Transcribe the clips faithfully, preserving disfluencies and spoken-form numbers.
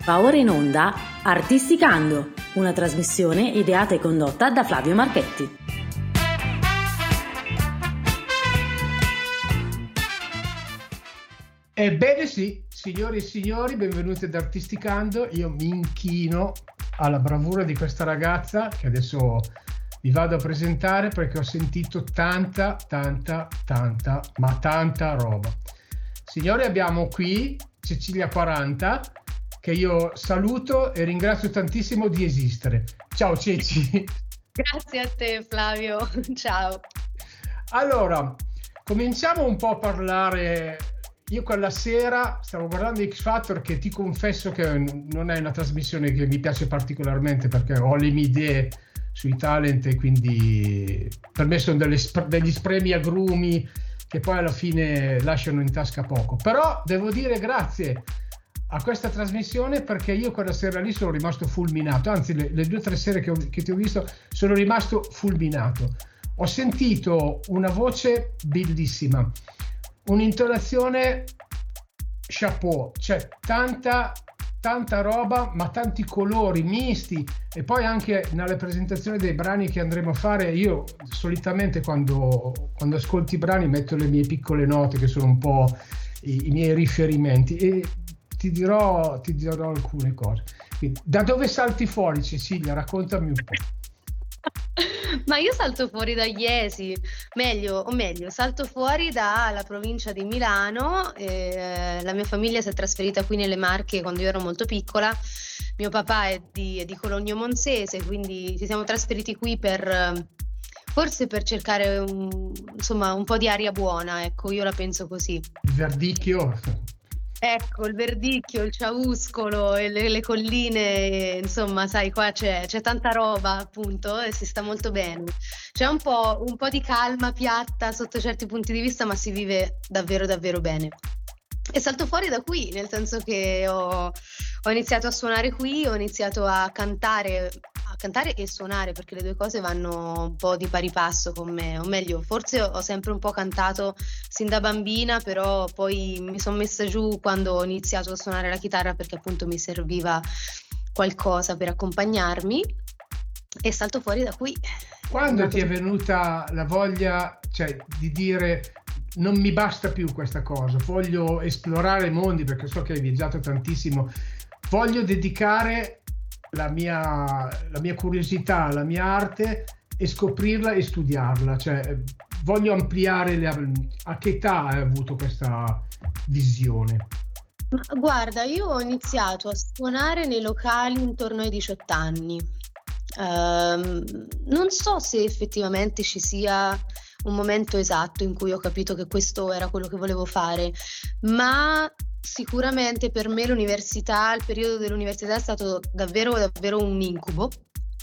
Va ora in onda Artisticando, una trasmissione ideata e condotta da Flavio Marchetti. Ebbene sì, signori e signori, benvenuti ad Artisticando. Io mi inchino alla bravura di questa ragazza che adesso vi vado a presentare perché ho sentito tanta, tanta, tanta, ma tanta roba. Signori, abbiamo qui Cecilia quaranta, che io saluto e ringrazio tantissimo di esistere. Ciao Ceci. Grazie a te Flavio, ciao. Allora, cominciamo un po' a parlare. Io quella sera stavo guardando X Factor, che ti confesso che non è una trasmissione che mi piace particolarmente perché ho le mie idee sui talent e quindi per me sono delle, degli spremi agrumi che poi alla fine lasciano in tasca poco. Però devo dire grazie a questa trasmissione perché io quella sera lì sono rimasto fulminato, anzi le, le due o tre sere che, ho, che ti ho visto sono rimasto fulminato. Ho sentito una voce bellissima, un'intonazione chapeau, cioè tanta tanta roba, ma tanti colori misti, e poi anche nella presentazione dei brani che andremo a fare. Io solitamente quando, quando ascolto i brani metto le mie piccole note che sono un po' i, i miei riferimenti e ti dirò, ti dirò alcune cose. Quindi, da dove salti fuori, Cecilia? Raccontami un po'. Ma io salto fuori da Iesi, meglio, o meglio, salto fuori dalla provincia di Milano. Eh, la mia famiglia si è trasferita qui nelle Marche quando io ero molto piccola. Mio papà è di, è di Cologno Monzese, quindi ci siamo trasferiti qui per forse per cercare un, insomma, un po' di aria buona, ecco, io la penso così. Il verdicchio. Ecco, il verdicchio, il ciauscolo e le, le colline, insomma, sai, qua c'è, c'è tanta roba, appunto, e si sta molto bene. C'è un po', un po' di calma piatta sotto certi punti di vista, ma si vive davvero, davvero bene. E salto fuori da qui, nel senso che ho, ho iniziato a suonare qui, ho iniziato a cantare, a cantare e suonare, perché le due cose vanno un po' di pari passo con me, o meglio, forse ho sempre un po' cantato sin da bambina, però poi mi sono messa giù quando ho iniziato a suonare la chitarra perché appunto mi serviva qualcosa per accompagnarmi e salto fuori da qui. Quando ti è venuta la voglia, cioè, di dire non mi basta più questa cosa, voglio esplorare i mondi, perché so che hai viaggiato tantissimo, voglio dedicare la mia, la mia curiosità, la mia arte e scoprirla e studiarla, cioè voglio ampliare le, a che età hai avuto questa visione? Guarda, io ho iniziato a suonare nei locali intorno ai diciotto anni. Um, non so se effettivamente ci sia un momento esatto in cui ho capito che questo era quello che volevo fare, ma sicuramente per me l'università, il periodo dell'università è stato davvero davvero un incubo,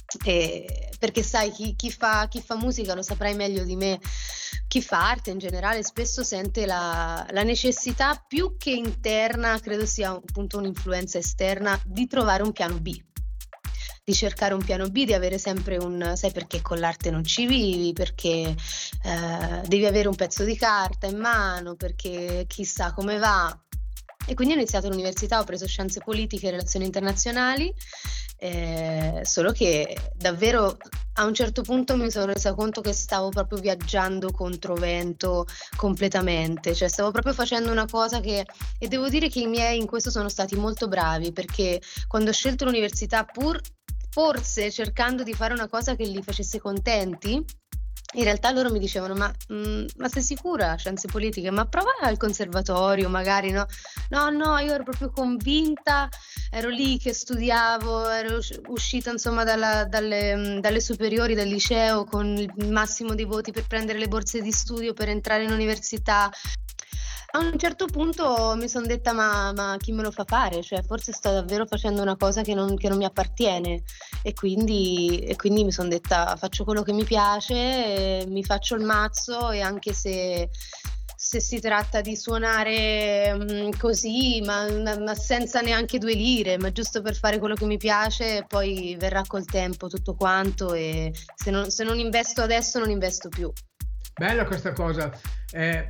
e perché sai chi, chi fa chi fa musica lo saprai meglio di me, chi fa arte in generale spesso sente la, la necessità più che interna, credo sia appunto un'influenza esterna, di trovare un piano B, di cercare un piano B, di avere sempre un, sai, perché con l'arte non ci vivi, perché eh, devi avere un pezzo di carta in mano, perché chissà come va. E quindi ho iniziato l'università, ho preso scienze politiche e relazioni internazionali, eh, solo che davvero a un certo punto mi sono resa conto che stavo proprio viaggiando controvento completamente, cioè stavo proprio facendo una cosa che, e devo dire che i miei in questo sono stati molto bravi, perché quando ho scelto l'università, pur forse cercando di fare una cosa che li facesse contenti, in realtà loro mi dicevano ma, mh, ma sei sicura scienze politiche? Ma prova al conservatorio magari, no? No, no, io ero proprio convinta, ero lì che studiavo, ero uscita insomma dalla, dalle, dalle superiori, dal liceo con il massimo dei voti per prendere le borse di studio, per entrare in università. A un certo punto mi sono detta ma, ma chi me lo fa fare? Cioè forse sto davvero facendo una cosa che non, che non mi appartiene, e quindi, e quindi mi sono detta faccio quello che mi piace, mi faccio il mazzo, e anche se, se si tratta di suonare mh, così ma, ma senza neanche due lire, ma giusto per fare quello che mi piace, poi verrà col tempo tutto quanto, e se non, se non investo adesso non investo più. Bella questa cosa. Eh,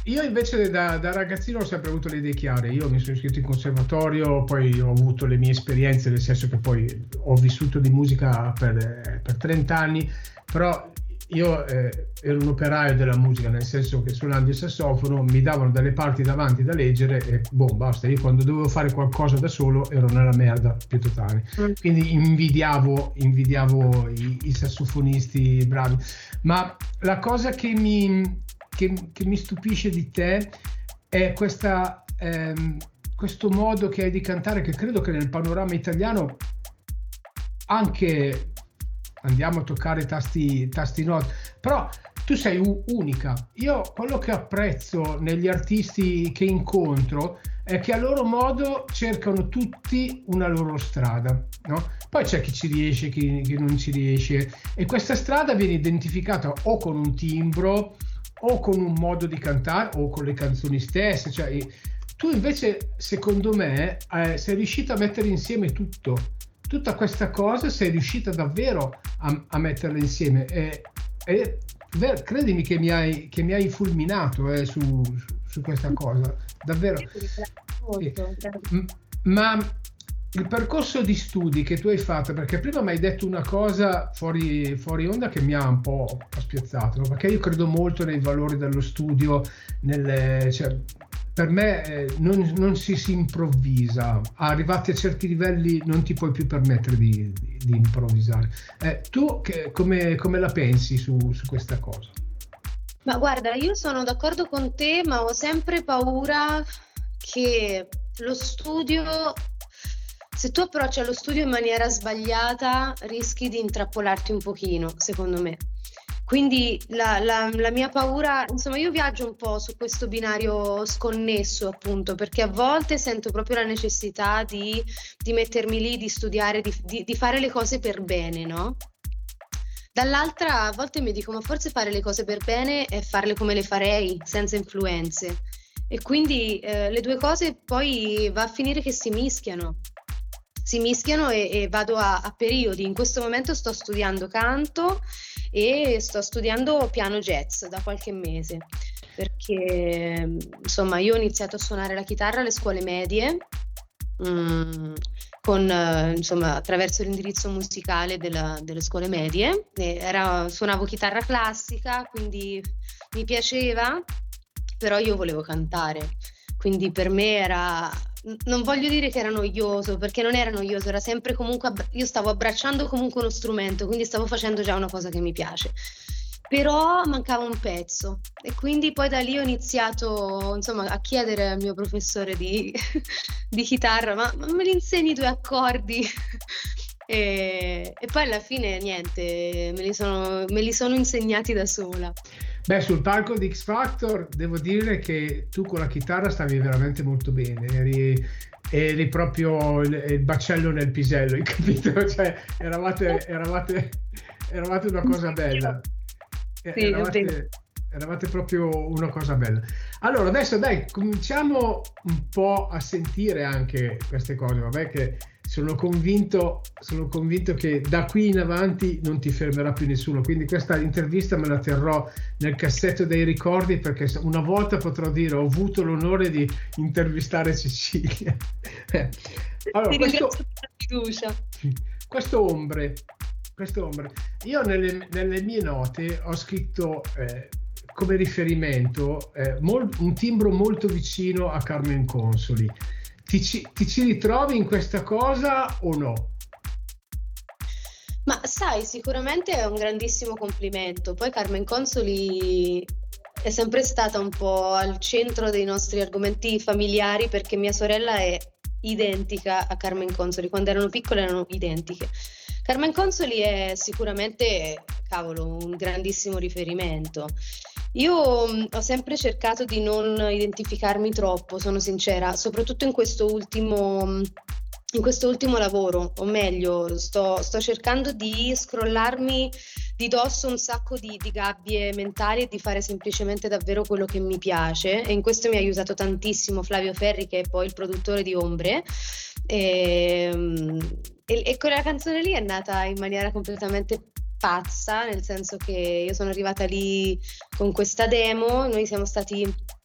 io invece da, da ragazzino ho sempre avuto le idee chiare. Io mi sono iscritto in conservatorio, poi ho avuto le mie esperienze, nel senso che poi ho vissuto di musica per, per trenta anni, però io eh, ero un operaio della musica, nel senso che suonando il sassofono mi davano delle parti davanti da leggere e boh, basta. Io quando dovevo fare qualcosa da solo ero nella merda più totale. Mm. Quindi invidiavo, invidiavo i, i sassofonisti bravi. Ma la cosa che mi, che, che mi stupisce di te è questa, ehm, questo modo che hai di cantare, che credo che nel panorama italiano anche... andiamo a toccare tasti, tasti note, però tu sei u- unica. Io quello che apprezzo negli artisti che incontro è che a loro modo cercano tutti una loro strada, no? Poi c'è chi ci riesce, chi, chi non ci riesce, e questa strada viene identificata o con un timbro o con un modo di cantare o con le canzoni stesse. Cioè, tu invece, secondo me, eh, sei riuscita a mettere insieme tutto. Tutta questa cosa sei riuscita davvero a, a metterla insieme e, e ver, credimi che mi hai, che mi hai fulminato eh, su, su, su questa cosa, davvero. Eh, ma il percorso di studi che tu hai fatto, perché prima mi hai detto una cosa fuori, fuori onda che mi ha un po', un po' spiazzato, no? Perché io credo molto nei valori dello studio, nelle, cioè, per me eh, non, non si, si improvvisa, arrivati a certi livelli non ti puoi più permettere di, di, di improvvisare. Eh, tu che, come, come la pensi su, su questa cosa? Ma guarda, io sono d'accordo con te, ma ho sempre paura che lo studio, se tu approcci allo studio in maniera sbagliata, rischi di intrappolarti un pochino, secondo me. Quindi la, la, la mia paura, insomma, io viaggio un po' su questo binario sconnesso, appunto, perché a volte sento proprio la necessità di, di mettermi lì, di studiare, di, di, di fare le cose per bene, no? Dall'altra, a volte mi dico, ma forse fare le cose per bene è farle come le farei, senza influenze. E quindi eh, le due cose poi va a finire che si mischiano. Si mischiano e, e vado a, a periodi. In questo momento sto studiando canto e sto studiando piano jazz da qualche mese, perché insomma io ho iniziato a suonare la chitarra alle scuole medie mh, con insomma attraverso l'indirizzo musicale della, delle scuole medie. E era, suonavo chitarra classica, quindi mi piaceva, però io volevo cantare, quindi per me era, non voglio dire che era noioso, perché non era noioso, era sempre comunque, io stavo abbracciando comunque uno strumento, quindi stavo facendo già una cosa che mi piace, però mancava un pezzo e quindi poi da lì ho iniziato insomma a chiedere al mio professore di, di chitarra, ma, ma me li insegni due accordi? e, e poi alla fine niente, me li sono, me li sono insegnati da sola. Beh, sul palco di X Factor devo dire che tu con la chitarra stavi veramente molto bene, eri, eri proprio il, il baccello nel pisello, hai capito? Cioè, eravate, eravate, eravate una cosa bella. Sì, eravate, eravate proprio una cosa bella. Allora, adesso dai, cominciamo un po' a sentire anche queste cose, vabbè che sono convinto, sono convinto che da qui in avanti non ti fermerà più nessuno, quindi questa intervista me la terrò nel cassetto dei ricordi, perché una volta potrò dire ho avuto l'onore di intervistare Cecilia. Allora, questo, fiducia. questo ombre, questo ombre, io nelle, nelle mie note ho scritto eh, come riferimento eh, mol, un timbro molto vicino a Carmen Consoli. Ti ci, ti ci ritrovi in questa cosa o no? Ma sai, sicuramente è un grandissimo complimento. Poi Carmen Consoli è sempre stata un po' al centro dei nostri argomenti familiari, perché mia sorella è identica a Carmen Consoli. Quando erano piccole erano identiche. Carmen Consoli è sicuramente, cavolo, un grandissimo riferimento. Io ho sempre cercato di non identificarmi troppo, sono sincera, soprattutto in questo ultimo, in questo ultimo lavoro, o meglio, sto, sto cercando di scrollarmi di dosso un sacco di, di gabbie mentali e di fare semplicemente davvero quello che mi piace, e in questo mi ha aiutato tantissimo Flavio Ferri, che è poi il produttore di Ombre. E, e, e quella canzone lì è nata in maniera completamente pazza, nel senso che io sono arrivata lì con questa demo, noi siamo stati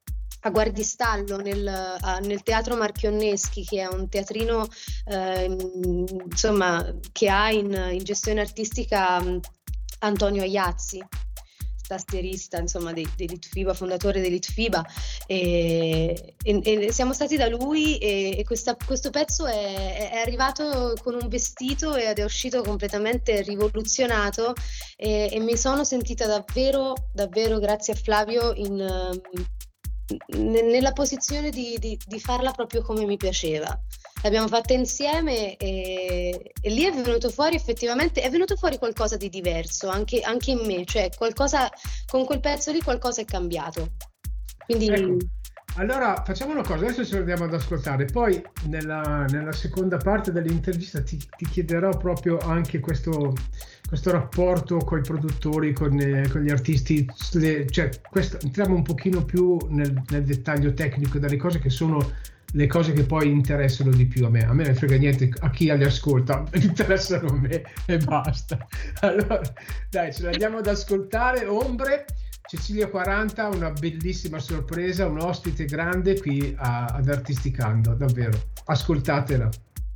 a Guardistallo nel, a, nel Teatro Marchionneschi, che è un teatrino eh, insomma che ha in, in gestione artistica um, Antonio Aiazzi, tastierista insomma dei, dei Litfiba, fondatore dei Litfiba, e, e, e siamo stati da lui e, e questa, questo pezzo è, è arrivato con un vestito ed è uscito completamente rivoluzionato, e, e mi sono sentita davvero davvero, grazie a Flavio, in nella posizione di, di, di farla proprio come mi piaceva. L'abbiamo fatta insieme e, e lì è venuto fuori effettivamente, è venuto fuori qualcosa di diverso anche, anche in me, cioè qualcosa, con quel pezzo lì qualcosa è cambiato. Quindi ecco, allora facciamo una cosa, adesso ci andiamo ad ascoltare, poi nella, nella seconda parte dell'intervista ti, ti chiederò proprio anche questo, questo rapporto con i produttori, con, eh, con gli artisti, le, cioè questo, entriamo un pochino più nel, nel dettaglio tecnico delle cose che sono le cose che poi interessano di più a me. A me ne frega niente a chi li ascolta, interessano a me e basta. Allora dai, ce la andiamo ad ascoltare. Ombre, Cecilia quaranta, una bellissima sorpresa, un ospite grande qui a, ad Artisticando, davvero, ascoltatela.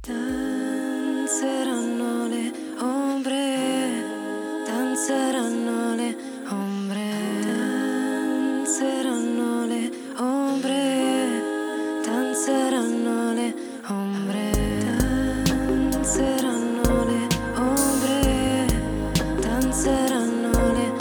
Danzeranno le ombre, danzeranno le ombre, danzeranno le ombre, danzeranno le ombre, danzeranno le ombre, danzeranno le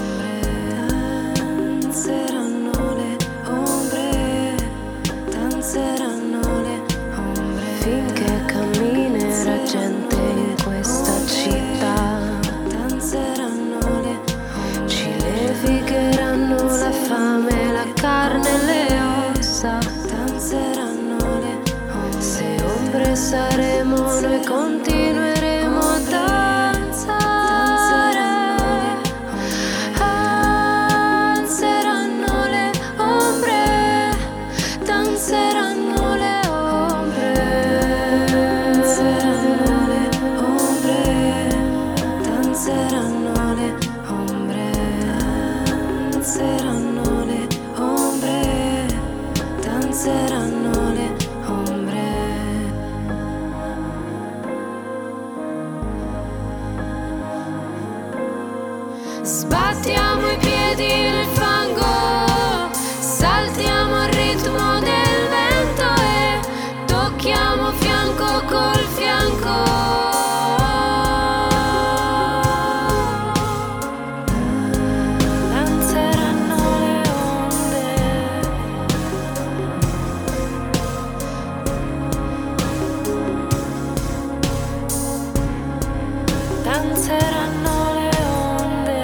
danzeranno le ombre, danzeranno le ombre, finché camminerà gente in questa città, danzeranno le ombre, ci levigheranno la fame, la carne e le ossa, danzeranno le ombre, se ombre saremo noi continueremo a danzare. Danzeranno le ombre, danzeranno le ombre, danzeranno le ombre, danzeranno le ombre, danzeranno le ombre. Sbattiamo i piedi nel fango, saltiamo al ritmo del vento e tocchiamo fianco col fianco. Danzeranno le onde, danzeranno le onde.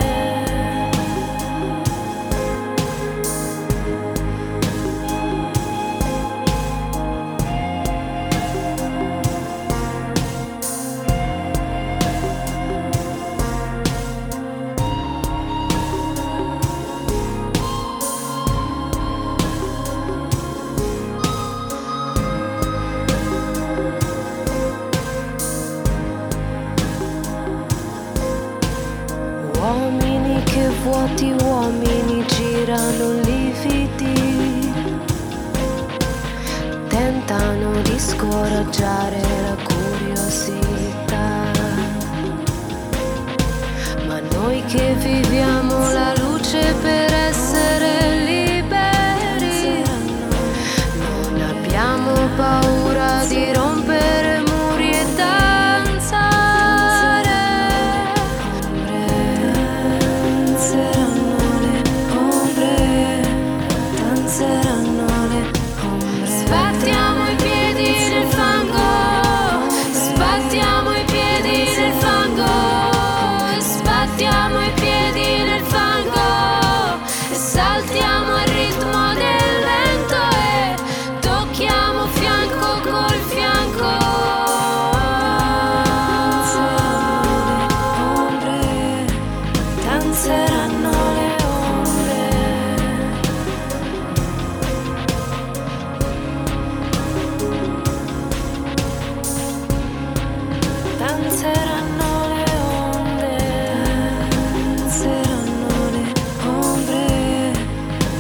Uomini che vuoti uomini girano lividi, tentano di scoraggiare la curiosità, ma noi che viviamo la luce per essere liberi, non abbiamo paura di rompere muri e danzare. Danzeranno le ombre, danzeranno le ombre. Sbattiamo i piedi nel fango, sbattiamo i piedi nel fango, sbattiamo i piedi nel fango e saltiamo al ritmo del vento e tocchiamo fianco col fianco. Danzeranno le ombre, danzeranno le onde, danzeranno le ombre,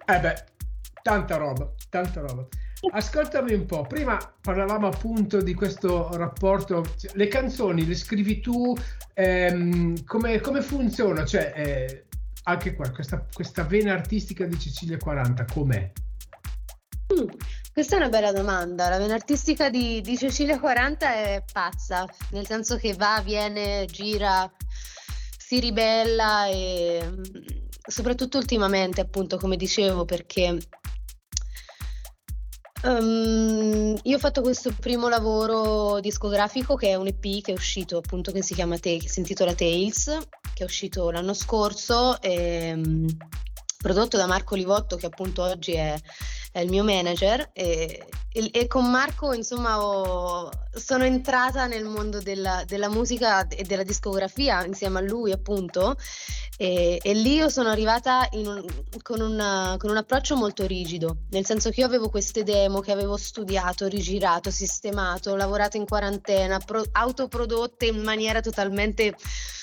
Eh beh, tanta roba, tanta roba. Ascoltami un po', prima parlavamo appunto di questo rapporto, le canzoni le scrivi tu, ehm, come, come funziona? Cioè, eh, anche qua, questa, questa vena artistica di Cecilia quaranta, com'è? Mm, questa è una bella domanda. La vena artistica di, di Cecilia quaranta è pazza, nel senso che va, viene, gira, si ribella e mm, soprattutto ultimamente, appunto, come dicevo, perché Um, io ho fatto questo primo lavoro discografico che è un E P che è uscito appunto, che si chiama Te- che si intitola Tales, che è uscito l'anno scorso, e, um, prodotto da Marco Livotto, che appunto oggi è, è il mio manager, e, e, e con Marco insomma ho, sono entrata nel mondo della, della musica e della discografia insieme a lui appunto. E, e lì io sono arrivata in un, con, una, con un approccio molto rigido, nel senso che io avevo queste demo che avevo studiato, rigirato, sistemato, lavorato in quarantena, pro, autoprodotte in maniera totalmente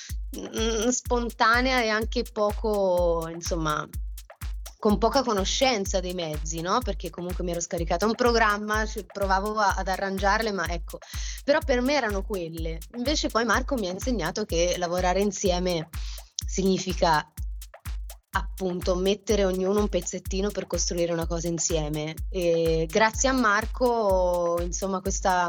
mm, spontanea e anche poco, insomma, con poca conoscenza dei mezzi, no? Perché comunque mi ero scaricata un programma, provavo a, ad arrangiarle, ma ecco, però per me erano quelle. Invece poi Marco mi ha insegnato che lavorare insieme significa appunto mettere ognuno un pezzettino per costruire una cosa insieme, e grazie a Marco insomma questa,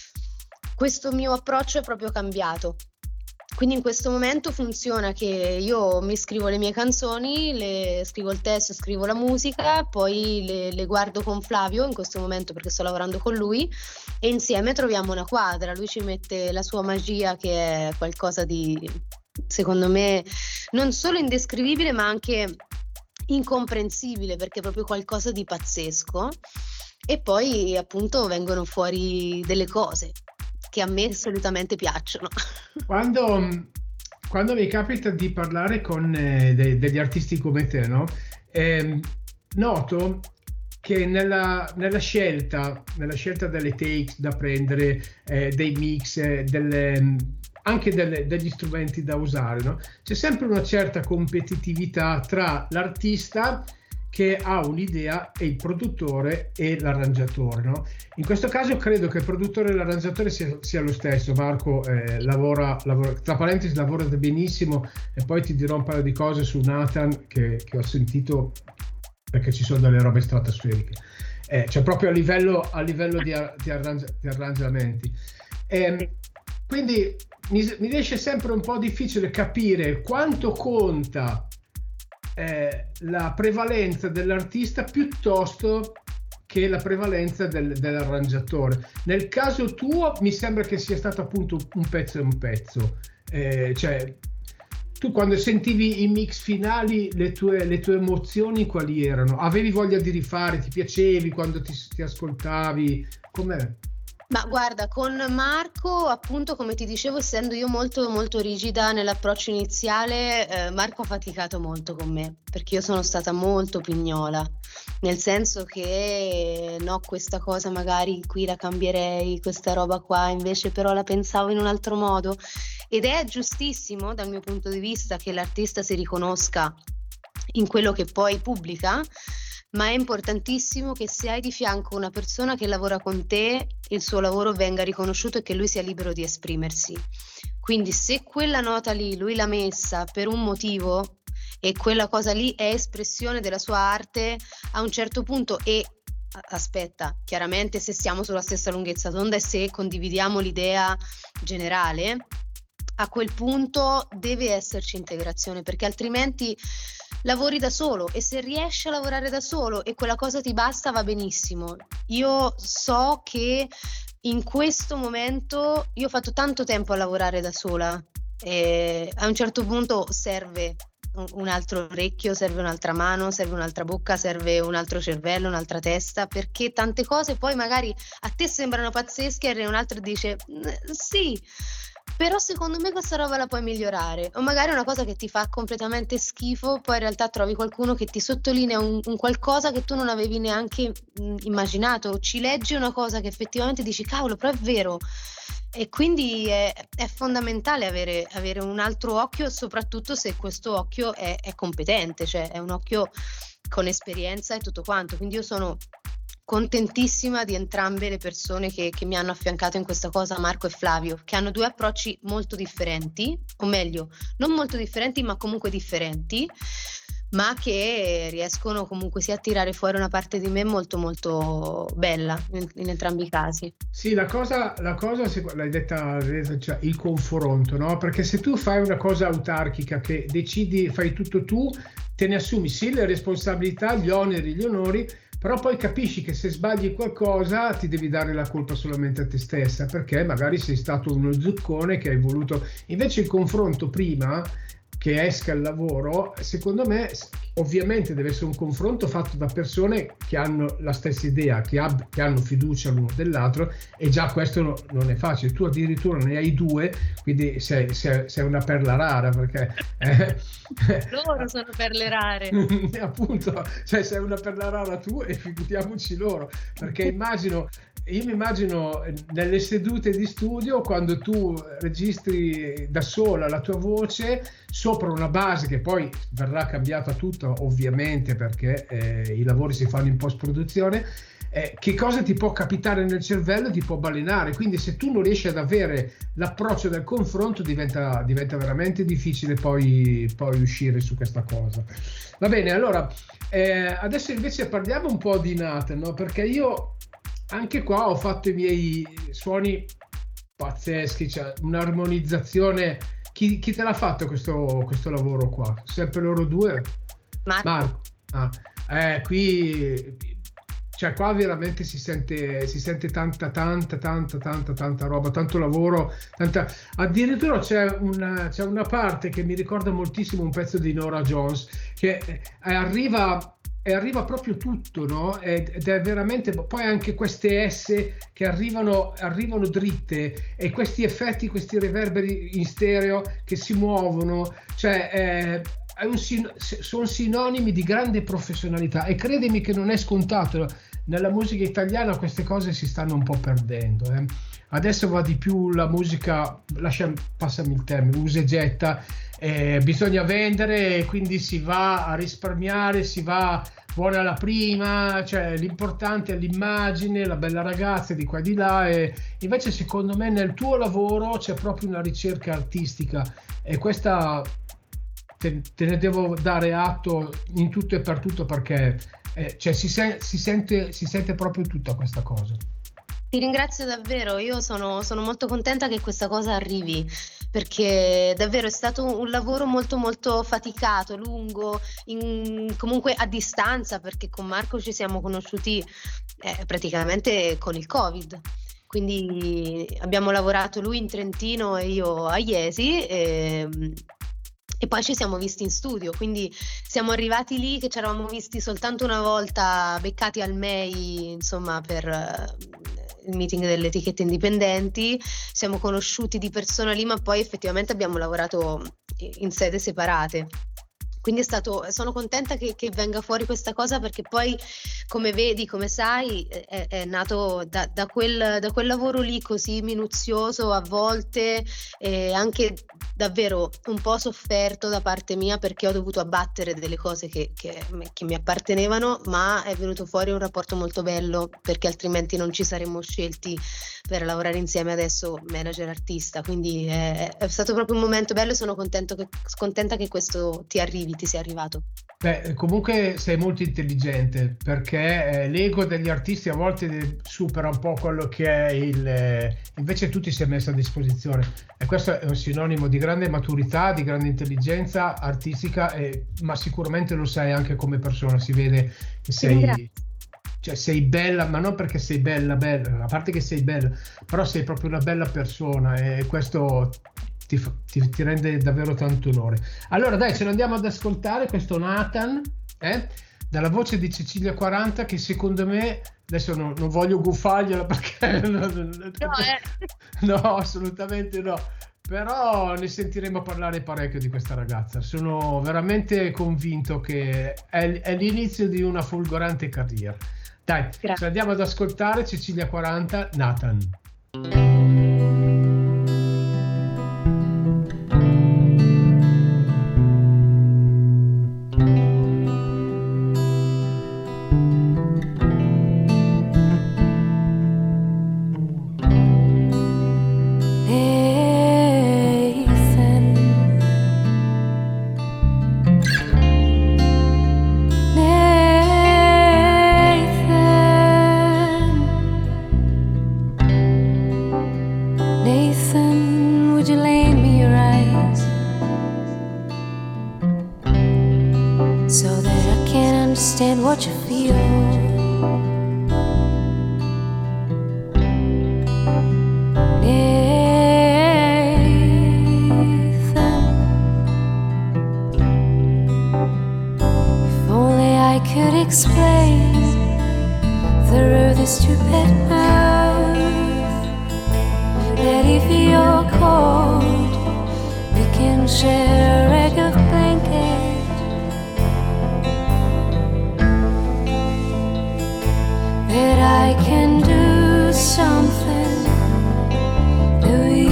questo mio approccio è proprio cambiato. Quindi in questo momento funziona che io mi scrivo le mie canzoni, le scrivo il testo, scrivo la musica, poi le, le guardo con Flavio in questo momento perché sto lavorando con lui, e insieme troviamo una quadra. Lui ci mette la sua magia, che è qualcosa di, secondo me, non solo indescrivibile ma anche incomprensibile, perché è proprio qualcosa di pazzesco, e poi appunto vengono fuori delle cose che a me assolutamente piacciono. Quando, quando mi capita di parlare con eh, de, degli artisti come te, no? Eh, noto che nella, nella scelta nella scelta delle takes da prendere, eh, dei mix, eh, delle, anche delle, degli strumenti da usare, no? C'è sempre una certa competitività tra l'artista che ha un'idea e il produttore e l'arrangiatore, no? In questo caso credo che il produttore e l'arrangiatore sia, sia lo stesso. Marco eh, lavora, lavora, tra parentesi, lavora benissimo, e poi ti dirò un paio di cose su Nathan che, che ho sentito, perché ci sono delle robe stratosferiche, eh, cioè proprio a livello, a livello di, di, arrangia, di arrangiamenti. Eh, quindi mi, mi riesce sempre un po' difficile capire quanto conta Eh, la prevalenza dell'artista piuttosto che la prevalenza del, dell'arrangiatore. Nel caso tuo mi sembra che sia stato appunto un pezzo e un pezzo, eh, cioè tu quando sentivi i mix finali le tue, le tue emozioni quali erano? Avevi voglia di rifare? Ti piacevi quando ti, ti ascoltavi? Com'è? Ma guarda, con Marco, appunto, come ti dicevo, essendo io molto molto rigida nell'approccio iniziale, eh, Marco ha faticato molto con me, perché io sono stata molto pignola, nel senso che no, questa cosa magari qui la cambierei, questa roba qua invece però la pensavo in un altro modo, ed è giustissimo dal mio punto di vista che l'artista si riconosca in quello che poi pubblica, ma è importantissimo che se hai di fianco una persona che lavora con te, il suo lavoro venga riconosciuto e che lui sia libero di esprimersi. Quindi se quella nota lì lui l'ha messa per un motivo e quella cosa lì è espressione della sua arte, a un certo punto, e aspetta, chiaramente se siamo sulla stessa lunghezza d'onda e se condividiamo l'idea generale, a quel punto deve esserci integrazione, perché altrimenti lavori da solo, e se riesci a lavorare da solo e quella cosa ti basta, va benissimo. Io so che in questo momento io ho fatto tanto tempo a lavorare da sola, e a un certo punto serve un altro orecchio, serve un'altra mano, serve un'altra bocca, serve un altro cervello, un'altra testa, perché tante cose poi magari a te sembrano pazzesche e un altro dice sì, però secondo me questa roba la puoi migliorare, o magari una cosa che ti fa completamente schifo, poi in realtà trovi qualcuno che ti sottolinea un, un qualcosa che tu non avevi neanche mh, immaginato, ci leggi una cosa che effettivamente dici cavolo, però è vero. E quindi è, è fondamentale avere, avere un altro occhio, soprattutto se questo occhio è, è competente, cioè è un occhio con esperienza e tutto quanto. Quindi io sono contentissima di entrambe le persone che, che mi hanno affiancato in questa cosa, Marco e Flavio, che hanno due approcci molto differenti, o meglio, non molto differenti, ma comunque differenti, ma che riescono comunque sia a tirare fuori una parte di me molto molto bella in, in entrambi i casi. Sì, la cosa, la cosa se, l'hai detta, cioè il confronto, no? Perché se tu fai una cosa autarchica che decidi, fai tutto tu, te ne assumi sì le responsabilità, gli oneri, gli onori, però poi capisci che se sbagli qualcosa ti devi dare la colpa solamente a te stessa, perché magari sei stato uno zuccone che hai voluto. Invece il confronto prima che esca il lavoro, secondo me ovviamente deve essere un confronto fatto da persone che hanno la stessa idea, che, ab- che hanno fiducia l'uno dell'altro, e già questo no, non è facile. Tu addirittura ne hai due, quindi sei, sei, sei una perla rara, perché eh, loro sono perle rare. Appunto, cioè sei una perla rara tu e figuriamoci loro, perché immagino io mi immagino nelle sedute di studio, quando tu registri da sola la tua voce sopra una base che poi verrà cambiata tutta ovviamente, perché eh, i lavori si fanno in post produzione, eh, che cosa ti può capitare nel cervello, ti può balenare. Quindi se tu non riesci ad avere l'approccio del confronto diventa, diventa veramente difficile poi, poi uscire su questa cosa. Va bene, allora eh, adesso invece parliamo un po' di Nathan, no? Perché io anche qua ho fatto i miei suoni pazzeschi, cioè un'armonizzazione. Chi, chi te l'ha fatto questo, questo lavoro qua? Sempre loro due? Marco. Marco. Ah, eh, qui, cioè qua veramente si sente, si sente tanta, tanta, tanta, tanta, tanta roba, tanto lavoro, tanta. Addirittura c'è una, c'è una parte che mi ricorda moltissimo un pezzo di Norah Jones, che eh, arriva. E arriva proprio tutto, no? Ed è veramente, poi anche queste S che arrivano, arrivano dritte, e questi effetti, questi reverberi in stereo che si muovono, cioè eh, è un sin- sono sinonimi di grande professionalità, e credimi che non è scontato. Nella musica italiana queste cose si stanno un po' perdendo. Eh. Adesso va di più la musica, lascia, passami il termine, usa e getta, eh, bisogna vendere, quindi si va a risparmiare, si va buona la prima, cioè l'importante è l'immagine, la bella ragazza di qua e di là, e invece secondo me nel tuo lavoro c'è proprio una ricerca artistica, e questa te, te ne devo dare atto in tutto e per tutto, perché eh, cioè si, se, si, sente, si sente proprio tutta questa cosa. Ti ringrazio davvero, io sono, sono molto contenta che questa cosa arrivi, perché davvero è stato un lavoro molto molto faticato, lungo, in, comunque a distanza, perché con Marco ci siamo conosciuti eh, praticamente con il Covid, quindi abbiamo lavorato lui in Trentino e io a Iesi, e, e poi ci siamo visti in studio, quindi siamo arrivati lì che ci eravamo visti soltanto una volta, beccati al M E I, insomma, per il meeting delle etichette indipendenti, siamo conosciuti di persona lì, ma poi effettivamente abbiamo lavorato in sede separate. Quindi è stato, sono contenta che, che venga fuori questa cosa, perché poi, come vedi, come sai, è, è nato da, da, quel, da quel lavoro lì così minuzioso, a volte e anche davvero un po' sofferto da parte mia, perché ho dovuto abbattere delle cose che, che, che mi appartenevano, ma è venuto fuori un rapporto molto bello, perché altrimenti non ci saremmo scelti per lavorare insieme adesso, manager artista. Quindi è, è stato proprio un momento bello, e sono contento che, contenta che questo ti arrivi, ti sia arrivato. Beh, comunque sei molto intelligente, perché eh, l'ego degli artisti a volte supera un po' quello che è il eh, invece tu ti sei messo a disposizione, e questo è un sinonimo di grande maturità, di grande intelligenza artistica, eh, ma sicuramente lo sei anche come persona. Si vede che sei, cioè sei bella, ma non perché sei bella bella, a parte che sei bella, però sei proprio una bella persona, e questo Ti, ti, ti rende davvero tanto onore. Allora dai, ce lo andiamo ad ascoltare, questo Nathan, eh? Dalla voce di Cecilia quaranta, che secondo me, adesso non, non voglio guffargliela perché no, no, eh. no, assolutamente no, però ne sentiremo parlare parecchio di questa ragazza. Sono veramente convinto che è, è l'inizio di una folgorante carriera. Dai, Grazie. Ce l'andiamo ad ascoltare, Cecilia quaranta, Nathan. explain through this stupid mouth that if you're cold, we can share a rag of blanket. That I can do something that we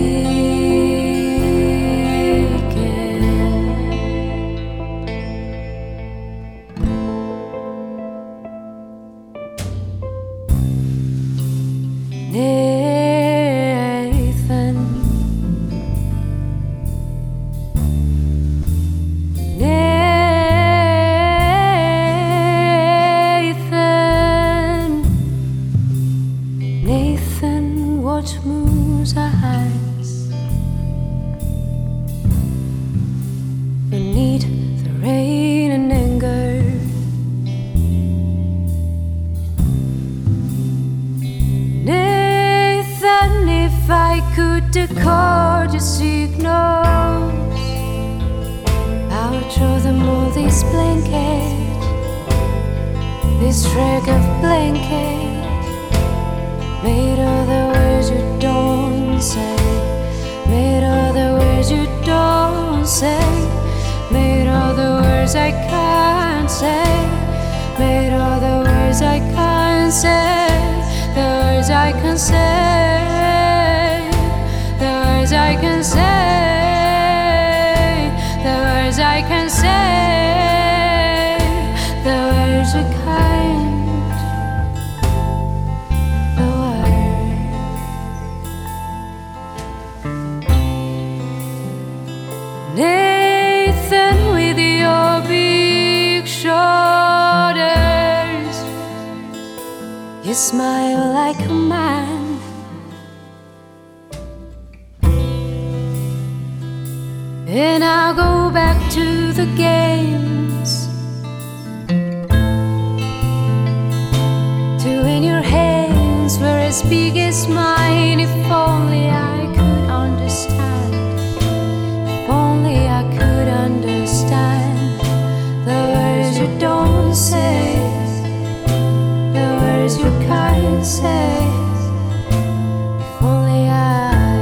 Nathan, Nathan, Nathan, what moves our eyes beneath the rain and anger? If I could decode your signals, I would throw them all this blanket, this rag of blanket, made of the words you don't say, made of the words you don't say, made of the words I can't say, made of the words I can't say, the words I can say. I can say, the words I can say, the words are kind, the words. Nathan, with your big shoulders, you smile like a man. And I'll go back to the games, to in your hands were as big as mine. If only I could understand, if only I could understand the words you don't say, the words you can't say. If only I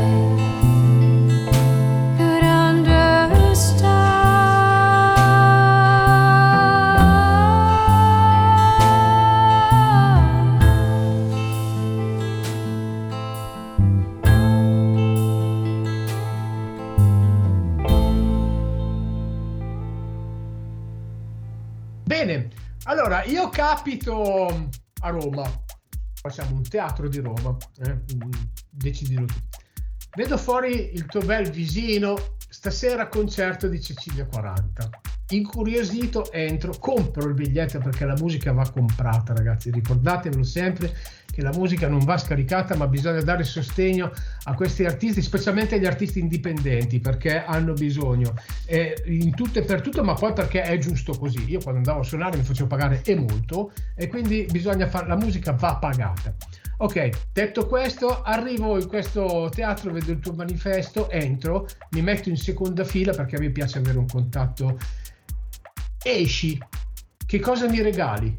Bene, allora io capito a Roma, facciamo un teatro di Roma, eh? Decidilo tu. Vedo fuori il tuo bel visino, stasera concerto di Cecilia quaranta. Incuriosito entro, compro il biglietto perché la musica va comprata, ragazzi, ricordatevelo sempre che la musica non va scaricata, ma bisogna dare sostegno a questi artisti, specialmente agli artisti indipendenti, perché hanno bisogno eh, in tutto e per tutto, ma poi perché è giusto così. Io quando andavo a suonare mi facevo pagare e molto, e quindi bisogna fare, la musica va pagata. Ok, detto questo, arrivo in questo teatro, vedo il tuo manifesto, entro, mi metto in seconda fila perché a me piace avere un contatto. Esci, che cosa mi regali?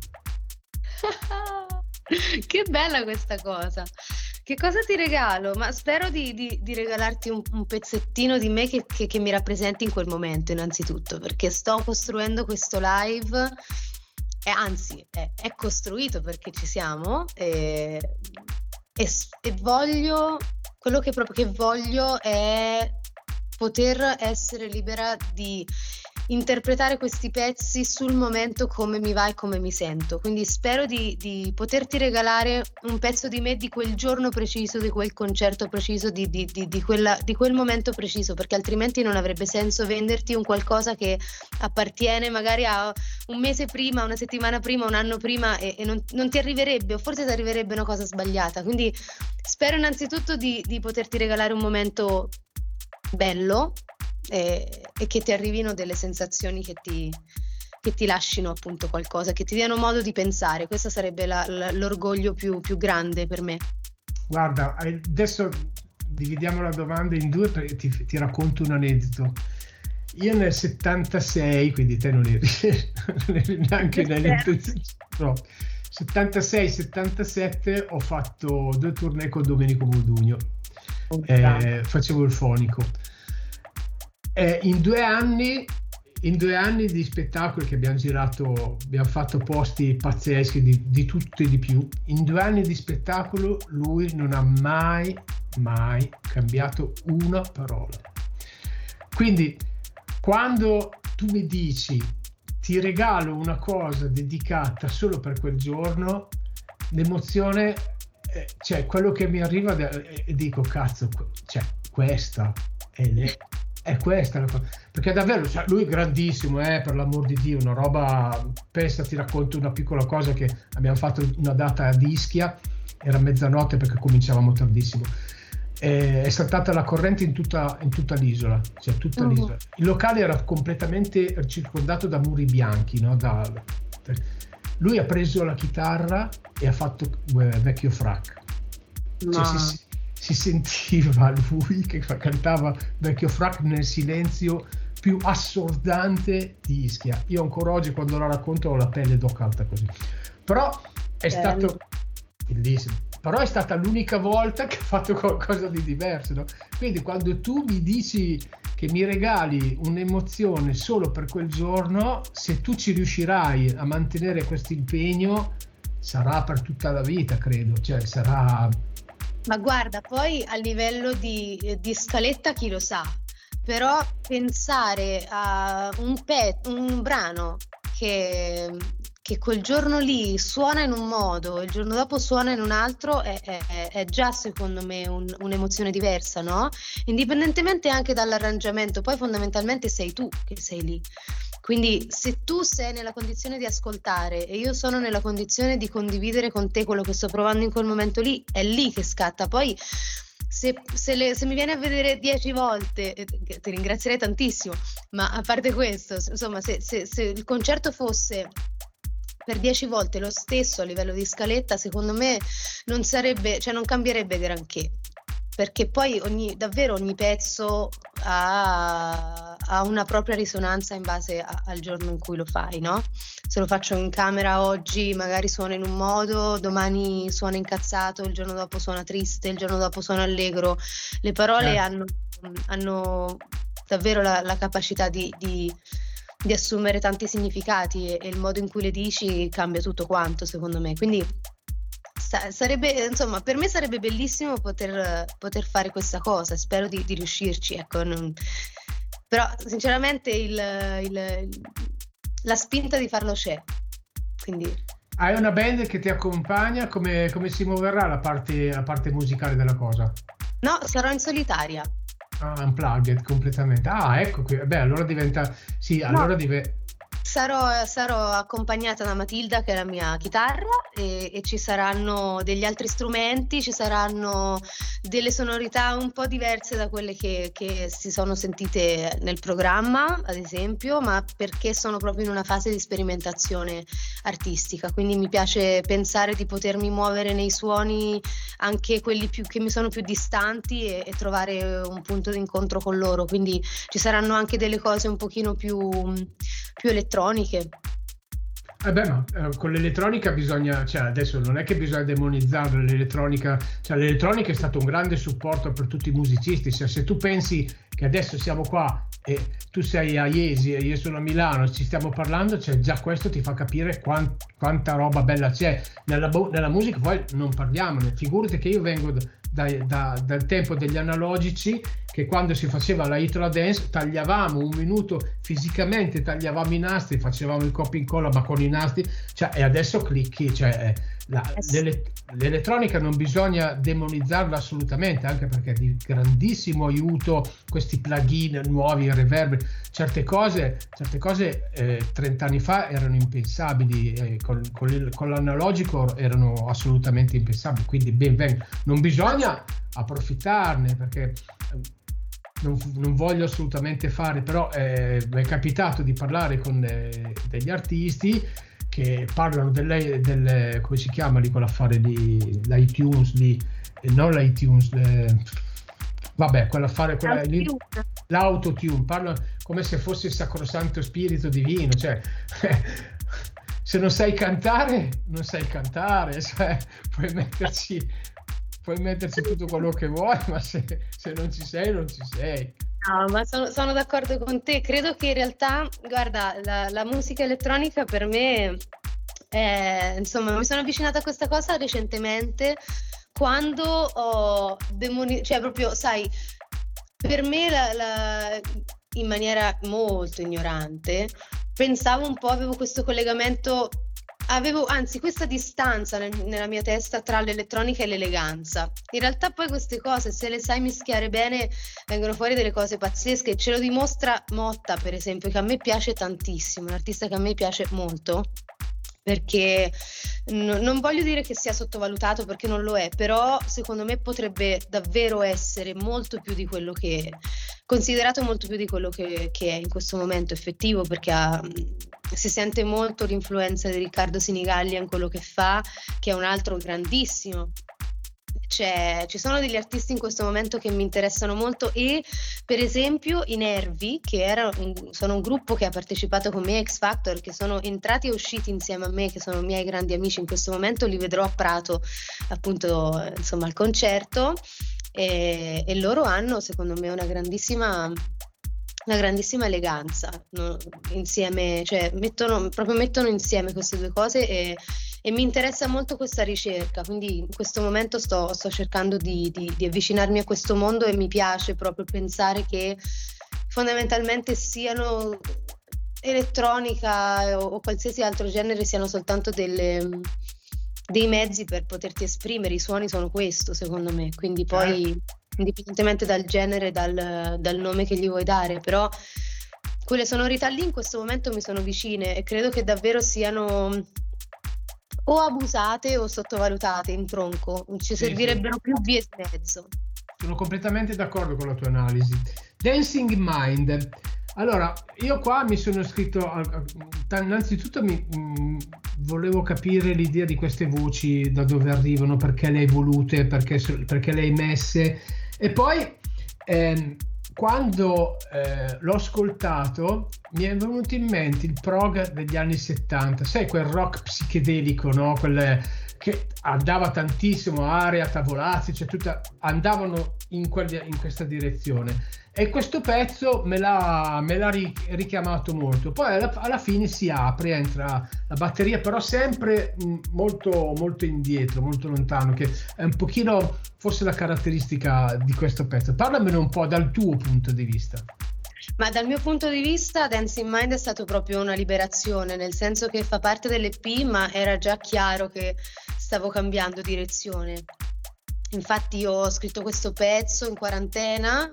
Che bella questa cosa. Che cosa ti regalo? Ma spero di, di, di regalarti un, un pezzettino di me che, che, che mi rappresenti in quel momento, innanzitutto, perché sto costruendo questo live, e anzi è, è costruito perché ci siamo, e, e, e voglio, quello che proprio che voglio è poter essere libera di interpretare questi pezzi sul momento, come mi va e come mi sento. Quindi spero di, di poterti regalare un pezzo di me di quel giorno preciso, di quel concerto preciso, di, di, di, di, quella, di quel momento preciso, perché altrimenti non avrebbe senso venderti un qualcosa che appartiene magari a un mese prima, una settimana prima, un anno prima, e, e non, non ti arriverebbe, o forse ti arriverebbe una cosa sbagliata. Quindi spero innanzitutto di, di poterti regalare un momento bello, E, e che ti arrivino delle sensazioni che ti, che ti lascino appunto qualcosa, che ti diano modo di pensare. Questo sarebbe la, la, l'orgoglio più, più grande per me. Guarda, adesso dividiamo la domanda in due perché ti, ti racconto un aneddoto. io nel settantasei, quindi te non eri, non eri neanche nelle no, settantasei settantasette ho fatto due tournée con Domenico Modugno, eh, facevo il fonico. Eh, in due anni in due anni di spettacoli che abbiamo girato, abbiamo fatto posti pazzeschi di, di tutto e di più. In due anni di spettacolo lui non ha mai mai cambiato una parola. Quindi quando tu mi dici ti regalo una cosa dedicata solo per quel giorno, l'emozione, eh, cioè quello che mi arriva e eh, dico cazzo, cioè questa è le, è questa la cosa, perché davvero, cioè, lui è grandissimo, eh, per l'amor di Dio, una roba. Pensa, ti racconto una piccola cosa, che abbiamo fatto una data a Ischia, era mezzanotte perché cominciavamo tardissimo. È saltata la corrente in tutta, in tutta l'isola, cioè tutta uh-huh. l'isola. Il locale era completamente circondato da muri bianchi, no? Da, lui ha preso la chitarra e ha fatto eh, Vecchio Frac. No. Cioè, si, si sentiva lui che cantava Vecchio Frac nel silenzio più assordante di Ischia. Io ancora oggi quando la racconto ho la pelle d'oca alta così. Però è Bello. stato bellissimo. Però è stata l'unica volta che ho fatto qualcosa di diverso, no? Quindi quando tu mi dici che mi regali un'emozione solo per quel giorno, se tu ci riuscirai a mantenere questo impegno, sarà per tutta la vita, credo. Cioè sarà... Ma guarda, poi a livello di, di scaletta chi lo sa, però pensare a un, pet, un brano che... che quel giorno lì suona in un modo, il giorno dopo suona in un altro, è, è, è già secondo me un, un'emozione diversa, no? Indipendentemente anche dall'arrangiamento, poi fondamentalmente sei tu che sei lì. Quindi se tu sei nella condizione di ascoltare e io sono nella condizione di condividere con te quello che sto provando in quel momento lì, è lì che scatta. Poi se, se, le, se mi viene a vedere dieci volte, eh, ti ringrazierei tantissimo, ma a parte questo, insomma, se, se, se il concerto fosse per dieci volte lo stesso a livello di scaletta, secondo me non sarebbe, cioè non cambierebbe granché, perché poi ogni, davvero ogni pezzo ha, ha una propria risonanza in base a, al giorno in cui lo fai, no? Se lo faccio in camera oggi magari suona in un modo, domani suona incazzato, il giorno dopo suona triste, il giorno dopo suona allegro. Le parole eh. hanno, hanno davvero la, la capacità di, di di assumere tanti significati e, e il modo in cui le dici cambia tutto quanto, secondo me. Quindi sa- sarebbe, insomma, per me sarebbe bellissimo poter, poter fare questa cosa, spero di, di riuscirci, ecco. Non... Però sinceramente il, il, la spinta di farlo c'è, quindi... Hai una band che ti accompagna? Come, come si muoverà la parte, la parte musicale della cosa? No, sarò in solitaria. Ah, unplugged completamente. Ah, ecco qui. Beh, allora diventa... Sì, no. allora diventa... Sarò, sarò accompagnata da Matilda, che è la mia chitarra, e, e ci saranno degli altri strumenti, ci saranno delle sonorità un po' diverse da quelle che, che si sono sentite nel programma, ad esempio, ma perché sono proprio in una fase di sperimentazione artistica, quindi mi piace pensare di potermi muovere nei suoni, anche quelli più, che mi sono più distanti, e, e trovare un punto di incontro con loro, quindi ci saranno anche delle cose un pochino più, più elettroniche. Eh beh, ma eh, con l'elettronica bisogna, cioè adesso non è che bisogna demonizzare l'elettronica, cioè l'elettronica è stato un grande supporto per tutti i musicisti, cioè se tu pensi che adesso siamo qua e tu sei a Iesi e io sono a Milano, ci stiamo parlando, cioè già questo ti fa capire quant, quanta roba bella c'è nella, nella musica, poi non parliamone, figurati che io vengo da, da, da, dal tempo degli analogici, che quando si faceva la Hit La Dance tagliavamo un minuto fisicamente, tagliavamo i nastri, facevamo il copia e incolla ma con i nastri, cioè, e adesso clicchi, cioè la, l'ele, l'elettronica non bisogna demonizzarla assolutamente, anche perché è di grandissimo aiuto questi plugin nuovi, reverb, certe cose certe cose eh, trent'anni fa erano impensabili, eh, con, con, il, con l'analogico erano assolutamente impensabili, quindi ben venga, non bisogna approfittarne, perché Non, non voglio assolutamente fare, però eh, mi è capitato di parlare con eh, degli artisti che parlano delle, delle come si chiama lì quell'affare di l'iTunes lì, eh, non l'iTunes, le, vabbè quell'affare quella lì, l'autotune, parlano, come se fosse il sacrosanto spirito divino, cioè se non sai cantare, non sai cantare, cioè, puoi metterci, puoi metterci tutto quello che vuoi, ma se, se non ci sei, non ci sei. No, ma sono, sono d'accordo con te. Credo che in realtà, guarda, la, la musica elettronica per me, è, insomma, mi sono avvicinata a questa cosa recentemente quando ho demonizzato, cioè proprio, sai, per me la, la, in maniera molto ignorante, pensavo un po', avevo questo collegamento, avevo anzi questa distanza nel, nella mia testa tra l'elettronica e l'eleganza. In realtà poi queste cose, se le sai mischiare bene, vengono fuori delle cose pazzesche. Ce lo dimostra Motta, per esempio, che a me piace tantissimo, un artista che a me piace molto, perché n- non voglio dire che sia sottovalutato, perché non lo è, però secondo me potrebbe davvero essere molto più di quello che è, considerato molto più di quello che, che è in questo momento effettivo, perché ha, si sente molto l'influenza di Riccardo Sinigallia in quello che fa, che è un altro grandissimo. C'è, ci sono degli artisti in questo momento che mi interessano molto, e per esempio i Nervi, che era un, sono un gruppo che ha partecipato con me a X Factor, che sono entrati e usciti insieme a me, che sono miei grandi amici in questo momento, li vedrò a Prato appunto, insomma, al concerto, e, e loro hanno secondo me una grandissima una grandissima eleganza, no? Insieme, cioè mettono, proprio mettono insieme queste due cose, e, e mi interessa molto questa ricerca, quindi in questo momento sto, sto cercando di, di, di avvicinarmi a questo mondo, e mi piace proprio pensare che fondamentalmente siano elettronica o, o qualsiasi altro genere siano soltanto delle, dei mezzi per poterti esprimere. I suoni sono questo, secondo me, quindi poi indipendentemente dal genere, dal, dal nome che gli vuoi dare, però quelle sonorità lì in questo momento mi sono vicine, e credo che davvero siano o abusate o sottovalutate in tronco. Ci sì, servirebbero sì. più vie di mezzo. Sono completamente d'accordo con la tua analisi. Dancing Mind. Allora, io qua mi sono scritto, innanzitutto mi, mh, volevo capire l'idea di queste voci, da dove arrivano, perché le hai volute, perché, perché le hai messe, e poi ehm, quando eh, l'ho ascoltato mi è venuto in mente il prog degli anni settanta, sai, quel rock psichedelico, no? Quelle che andava tantissimo, Area, Tavolazzi, cioè tutta, andavano in, quel, in questa direzione, e questo pezzo me l'ha, me l'ha richiamato molto. Poi alla, alla fine si apre, entra la batteria, però sempre mh, molto, molto indietro, molto lontano, che è un pochino forse la caratteristica di questo pezzo. Parlamene un po' dal tuo punto di vista. Ma dal mio punto di vista Dancing Mind è stato proprio una liberazione, nel senso che fa parte dell'E P, ma era già chiaro che stavo cambiando direzione. Infatti io ho scritto questo pezzo in quarantena,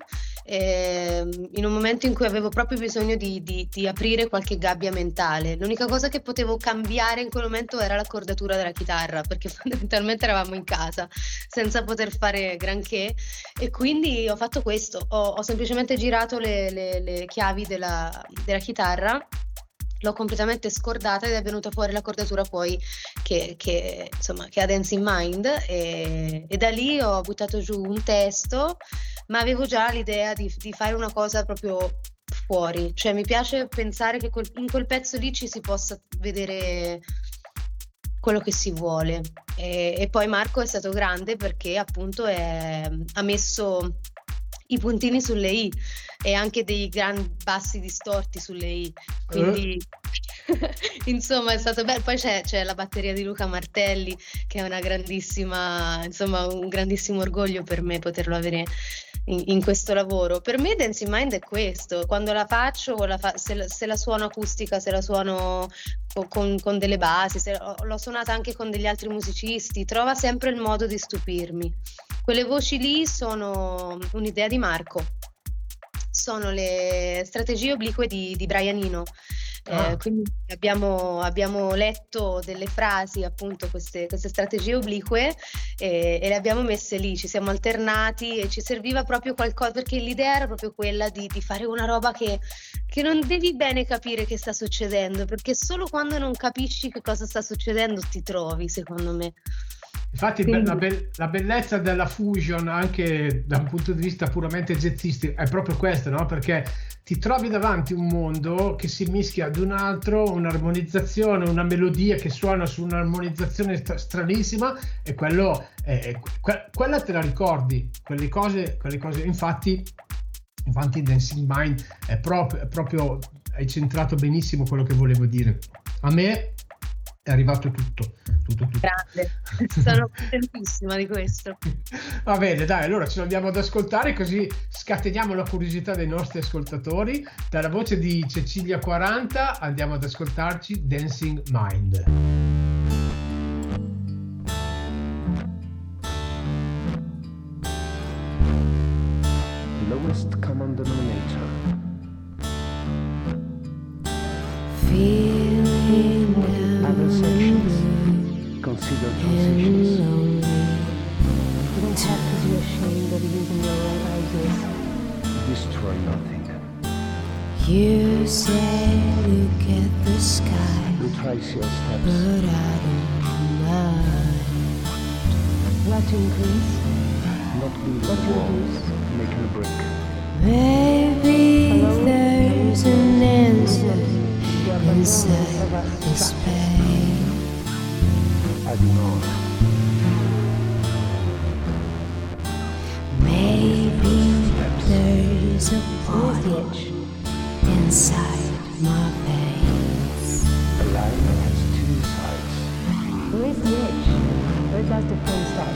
eh, in un momento in cui avevo proprio bisogno di, di, di aprire qualche gabbia mentale. L'unica cosa che potevo cambiare in quel momento era l'accordatura della chitarra, perché fondamentalmente eravamo in casa senza poter fare granché, e quindi ho fatto questo, ho, ho semplicemente girato le, le, le chiavi della, della chitarra, l'ho completamente scordata, ed è venuta fuori l'accordatura poi che, che, insomma, che ha Dancing Mind, e, e da lì ho buttato giù un testo, ma avevo già l'idea di, di fare una cosa proprio fuori, cioè mi piace pensare che quel, in quel pezzo lì ci si possa vedere quello che si vuole, e, e poi Marco è stato grande perché appunto è, ha messo i puntini sulle i e anche dei grandi bassi distorti sulle i, quindi uh. insomma è stato bello. Poi c'è, c'è la batteria di Luca Martelli, che è una grandissima, insomma un grandissimo orgoglio per me poterlo avere in, in questo lavoro. Per me Dancing Mind è questo, quando la faccio, la fa, se, la, se la suono acustica, se la suono con, con delle basi, se, l'ho suonata anche con degli altri musicisti, trova sempre il modo di stupirmi. Quelle voci lì sono un'idea di Marco, sono le strategie oblique di, di Brian Eno. Ah. Eh, quindi abbiamo, abbiamo letto delle frasi, appunto queste, queste strategie oblique, e, e le abbiamo messe lì, ci siamo alternati, e ci serviva proprio qualcosa, perché l'idea era proprio quella di, di fare una roba che, che non devi bene capire che sta succedendo, perché solo quando non capisci che cosa sta succedendo ti trovi, secondo me. Infatti Quindi- la, be- la bellezza della fusion anche da un punto di vista puramente jazzistico è proprio questo, no? Perché ti trovi davanti un mondo che si mischia ad un altro, un'armonizzazione, una melodia che suona su un'armonizzazione st- stranissima, e quello è, que- quella te la ricordi, quelle cose, quelle cose. Infatti, infatti Dancing Mind è proprio, è proprio, hai centrato benissimo quello che volevo dire. A me è arrivato tutto, tutto, tutto. Grande, sono contentissima di questo. Va bene, dai, allora ce lo andiamo ad ascoltare, così scateniamo la curiosità dei nostri ascoltatori. Dalla voce di Cecilia quaranta andiamo ad ascoltarci Dancing Mind. Lowest common denominator. Feeling Other sections. Consider transitions. You don't have to be ashamed of using your own ideas. Destroy nothing. You say look at the sky, Retrace your steps. but I don't mind. What to increase, Not building what a to wall. reduce. Making a brick. Maybe there's an answer The abandonment inside of our this structures. pain. Adding on. Maybe there's a Where's the body edge? inside my veins. A line that has two sides. Where is the edge? Where does the frame start?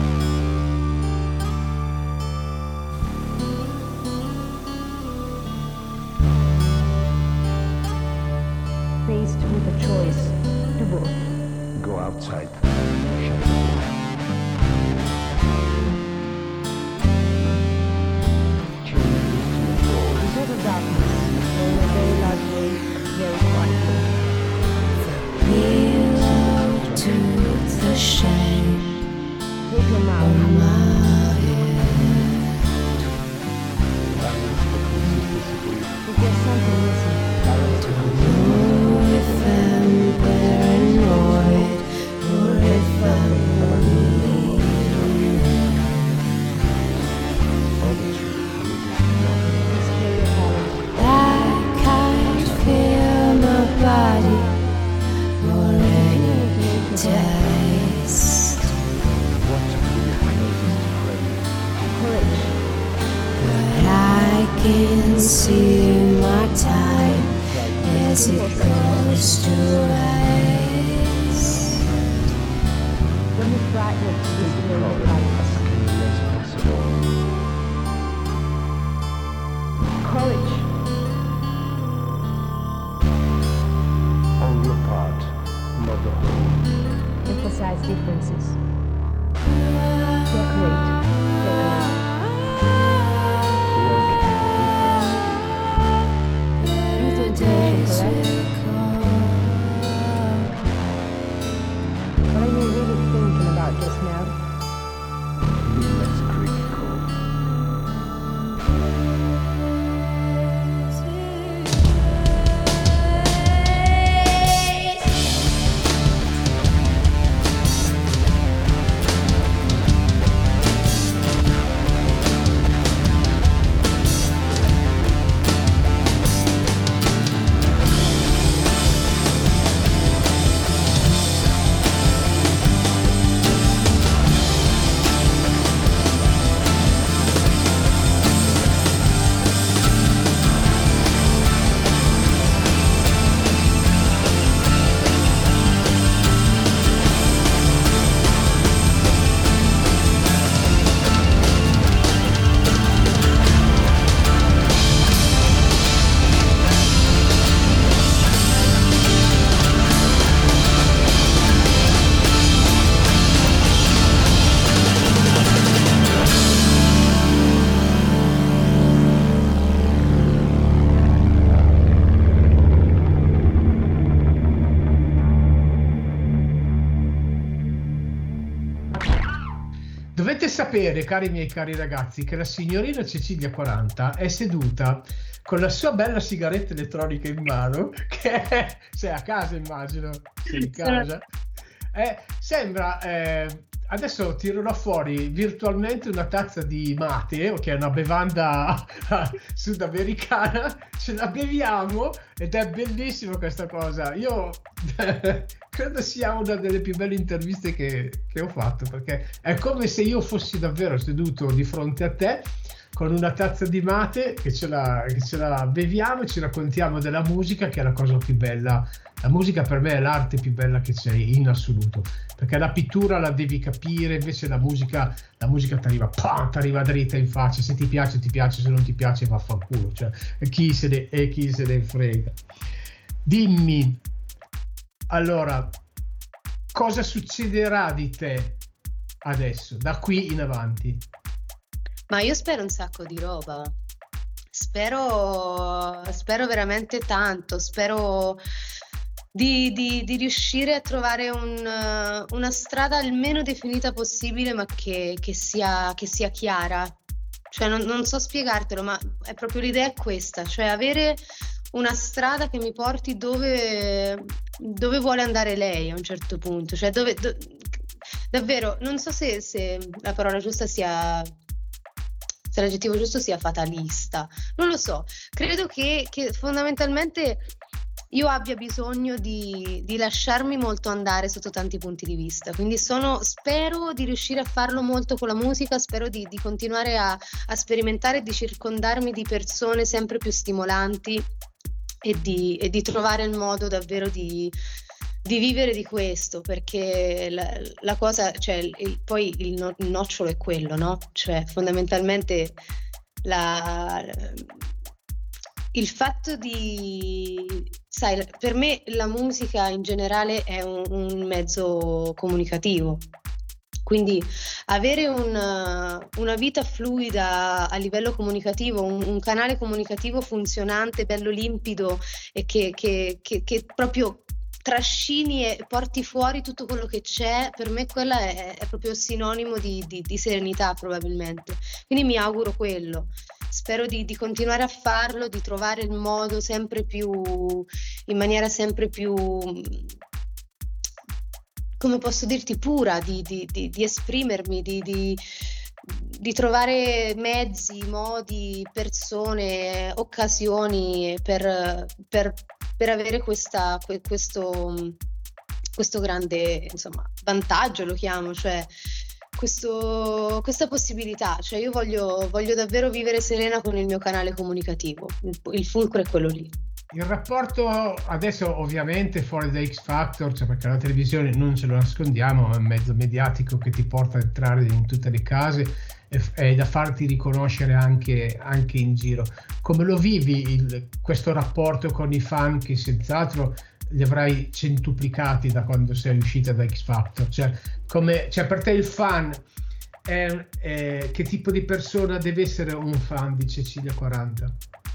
Faced with a choice, do both. Go outside. Shut the door. Change to the door. In total darkness, or in a very large way, very quietly. Pillow to the shame Take your of mouth. my head. Balance the consistency breathe. If there's something missing, Balance the consistency. Oh, if I'm paranoid, or if I'm lonely. All the truth loses nothing. display your talent. I can't feel my body or any taste, What will your closest friend? Courage. but I can see my time as it goes to waste. When you frightened to display your Problem talent. as clearly as possible. Courage. On your part, not the whole. Emphasize differences. Decorate. Decorate. Work Is the intonation correct? What are you really thinking about just now? be less critical. Dovete sapere, cari miei cari ragazzi, che la signorina Cecilia quaranta è seduta con la sua bella sigaretta elettronica in mano, che è, sei a casa immagino, sei in casa, eh, sembra eh, adesso tirerò fuori virtualmente una tazza di mate, che è una bevanda sudamericana, ce la beviamo ed è bellissima questa cosa. Io credo sia una delle più belle interviste che, che ho fatto, perché è come se io fossi davvero seduto di fronte a te con una tazza di mate che ce la, che ce la beviamo e ci raccontiamo della musica, che è la cosa più bella. La musica per me è l'arte più bella che c'è in assoluto, perché la pittura la devi capire, invece la musica la musica ti arriva, pam, ti arriva dritta in faccia, se ti piace ti piace, se non ti piace vaffanculo, cioè chi se ne, e chi se ne frega. Dimmi, allora, cosa succederà di te adesso, da qui in avanti? Ma io spero un sacco di roba, spero, spero veramente tanto, spero di, di, di riuscire a trovare un, una strada il meno definita possibile, ma che, che sia, che sia chiara. Cioè non, non so spiegartelo, ma è proprio l'idea è questa, cioè avere una strada che mi porti dove, dove vuole andare lei a un certo punto, cioè dove, do, davvero, non so se, se la parola giusta sia... se l'aggettivo giusto sia fatalista, non lo so, credo che, che fondamentalmente io abbia bisogno di, di lasciarmi molto andare sotto tanti punti di vista, quindi sono, spero di riuscire a farlo molto con la musica, spero di, di continuare a, a sperimentare e di circondarmi di persone sempre più stimolanti e di, e di trovare il modo davvero di di vivere di questo, perché la, la cosa, cioè il, poi il, no, il nocciolo è quello, no? Cioè fondamentalmente la, il fatto di, sai, per me la musica in generale è un, un mezzo comunicativo, quindi avere una, una vita fluida a livello comunicativo, un, un canale comunicativo funzionante, bello limpido e che, che, che, che proprio trascini e porti fuori tutto quello che c'è, per me quella è, è proprio sinonimo di, di, di serenità probabilmente, quindi mi auguro quello, spero di, di continuare a farlo, di trovare il modo sempre più, in maniera sempre più, come posso dirti, pura di, di, di, di esprimermi, di, di, di trovare mezzi, modi, persone, occasioni per, per per avere questa, questo, questo grande, insomma, vantaggio, lo chiamo, cioè questo, questa possibilità, cioè io voglio, voglio davvero vivere serena con il mio canale comunicativo, il, il fulcro è quello lì. Il rapporto adesso ovviamente fuori da X Factor, cioè perché la televisione non ce lo nascondiamo, è un mezzo mediatico che ti porta ad entrare in tutte le case, è da farti riconoscere anche, anche in giro. Come lo vivi il, questo rapporto con i fan, che senz'altro li avrai centuplicati da quando sei uscita da X Factor? Cioè, come, cioè per te il fan è, è, che tipo di persona deve essere un fan di Cecilia quaranta?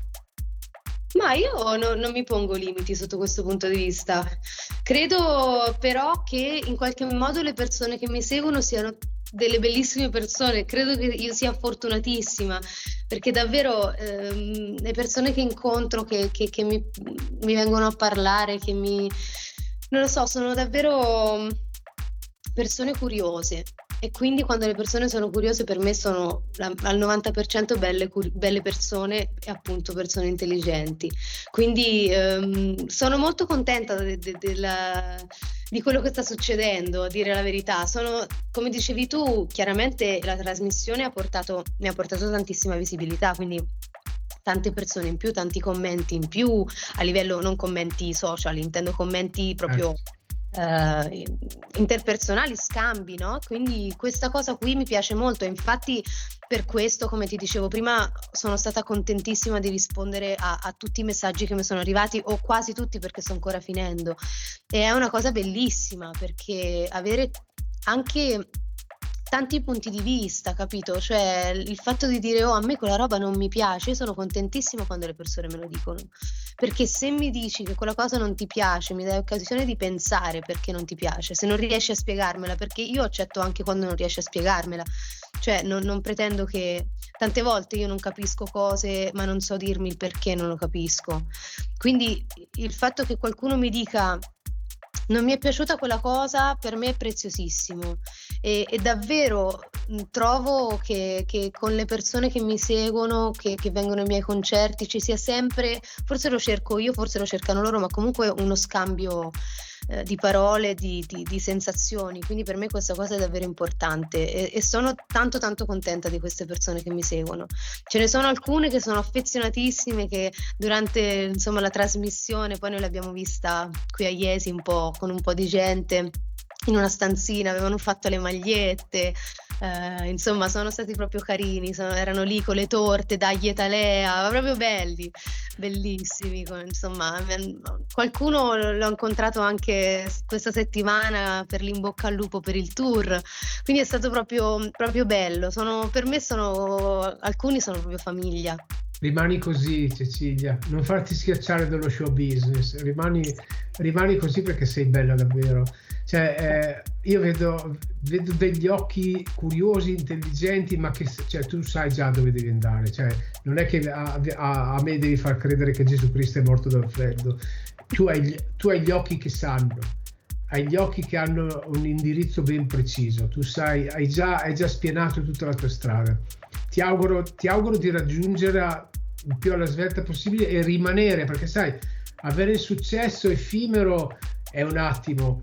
Ma io no, non mi pongo limiti sotto questo punto di vista, credo però che in qualche modo le persone che mi seguono siano delle bellissime persone, credo che io sia fortunatissima, perché davvero ehm, le persone che incontro, che, che, che mi, mi vengono a parlare, che mi, non lo so, sono davvero persone curiose. E quindi quando le persone sono curiose, per me sono la, al novanta per cento belle, belle persone e appunto persone intelligenti. Quindi ehm, sono molto contenta de, de, de la, di quello che sta succedendo, a dire la verità. Sono, come dicevi tu, chiaramente la trasmissione ha portato, mi ha portato tantissima visibilità, quindi tante persone in più, tanti commenti in più, a livello non commenti social, intendo commenti proprio... Eh. Uh, interpersonali, scambi, no? Quindi questa cosa qui mi piace molto, infatti per questo, come ti dicevo prima, sono stata contentissima di rispondere a, a tutti i messaggi che mi sono arrivati, o quasi tutti, perché sto ancora finendo, e è una cosa bellissima, perché avere anche tanti punti di vista, capito? Cioè il fatto di dire oh, a me quella roba non mi piace, io sono contentissima quando le persone me lo dicono, perché se mi dici che quella cosa non ti piace, mi dai occasione di pensare perché non ti piace, se non riesci a spiegarmela, perché io accetto anche quando non riesci a spiegarmela, cioè non, non pretendo che, tante volte io non capisco cose ma non so dirmi il perché non lo capisco, quindi il fatto che qualcuno mi dica non mi è piaciuta quella cosa per me è preziosissimo, e, e davvero mh, trovo che, che con le persone che mi seguono, che, che vengono ai miei concerti, ci sia sempre, forse lo cerco io, forse lo cercano loro, ma comunque uno scambio eh, di parole, di, di, di sensazioni, quindi per me questa cosa è davvero importante e, e sono tanto tanto contenta di queste persone che mi seguono. Ce ne sono alcune che sono affezionatissime, che durante insomma la trasmissione, poi noi l'abbiamo vista qui a Iesi un po' con un po' di gente in una stanzina, avevano fatto le magliette, eh, insomma sono stati proprio carini, sono, erano lì con le torte, dagli Etalea, proprio belli, bellissimi, con- insomma mi- qualcuno l'ho incontrato anche questa settimana per l'In Bocca al Lupo per il tour, quindi è stato proprio, proprio bello, sono, per me sono, alcuni sono proprio famiglia. Rimani così, Cecilia, non farti schiacciare dallo show business, rimani, rimani così perché sei bella davvero. Cioè, eh, io vedo, vedo degli occhi curiosi, intelligenti, ma che cioè, tu sai già dove devi andare. Cioè, non è che a, a- a me devi far credere che Gesù Cristo è morto dal freddo. Tu hai, gli- tu hai gli occhi che sanno, hai gli occhi che hanno un indirizzo ben preciso. Tu sai, hai già, hai già spianato tutta la tua strada. Ti auguro, ti auguro di raggiungere il più alla svelta possibile e rimanere, perché sai, avere il successo effimero è un attimo,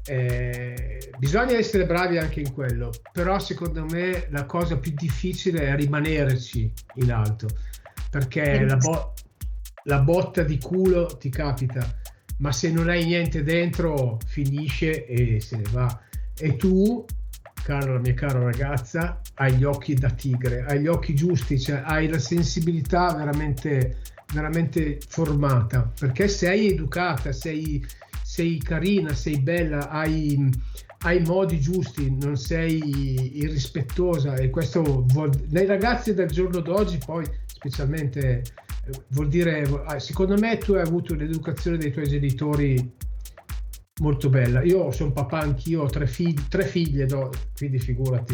eh, bisogna essere bravi anche in quello, però secondo me la cosa più difficile è rimanerci in alto, perché la, bo- la botta di culo ti capita, ma se non hai niente dentro finisce e se ne va. E tu, cara la mia cara ragazza, hai gli occhi da tigre, hai gli occhi giusti, cioè hai la sensibilità veramente, veramente formata, perché sei educata, sei, sei carina, sei bella, hai, hai i modi giusti, non sei irrispettosa, e questo vuol, nei ragazzi del giorno d'oggi poi specialmente eh, vuol dire, secondo me tu hai avuto l'educazione dei tuoi genitori molto bella. Io sono papà anch'io, ho tre figli, tre figlie, no, quindi figurati.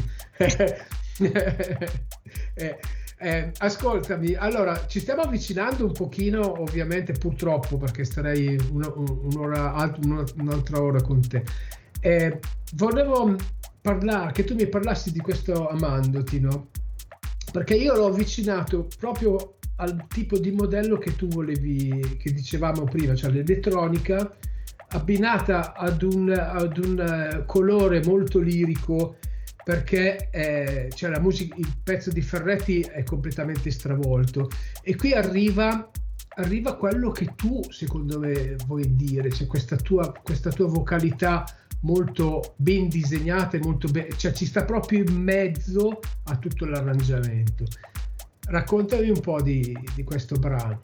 eh, eh, ascoltami, allora ci stiamo avvicinando un pochino, ovviamente purtroppo, perché starei una, un'ora, un'altra ora con te. Eh, volevo parlare, che tu mi parlassi di questo Amandoti, no? Perché io l'ho avvicinato proprio al tipo di modello che tu volevi, che dicevamo prima, cioè l'elettronica abbinata ad un, ad un colore molto lirico, perché eh, cioè la musica, il pezzo di Ferretti è completamente stravolto, e qui arriva, arriva quello che tu secondo me vuoi dire, cioè questa tua, questa tua vocalità molto ben disegnata e molto ben, cioè ci sta proprio in mezzo a tutto l'arrangiamento. Raccontami un po' di, di questo brano.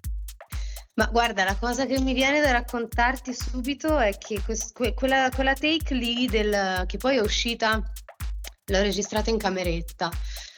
Ma guarda, la cosa che mi viene da raccontarti subito è che quest- que- quella, quella take lì del, che poi è uscita, l'ho registrata in cameretta,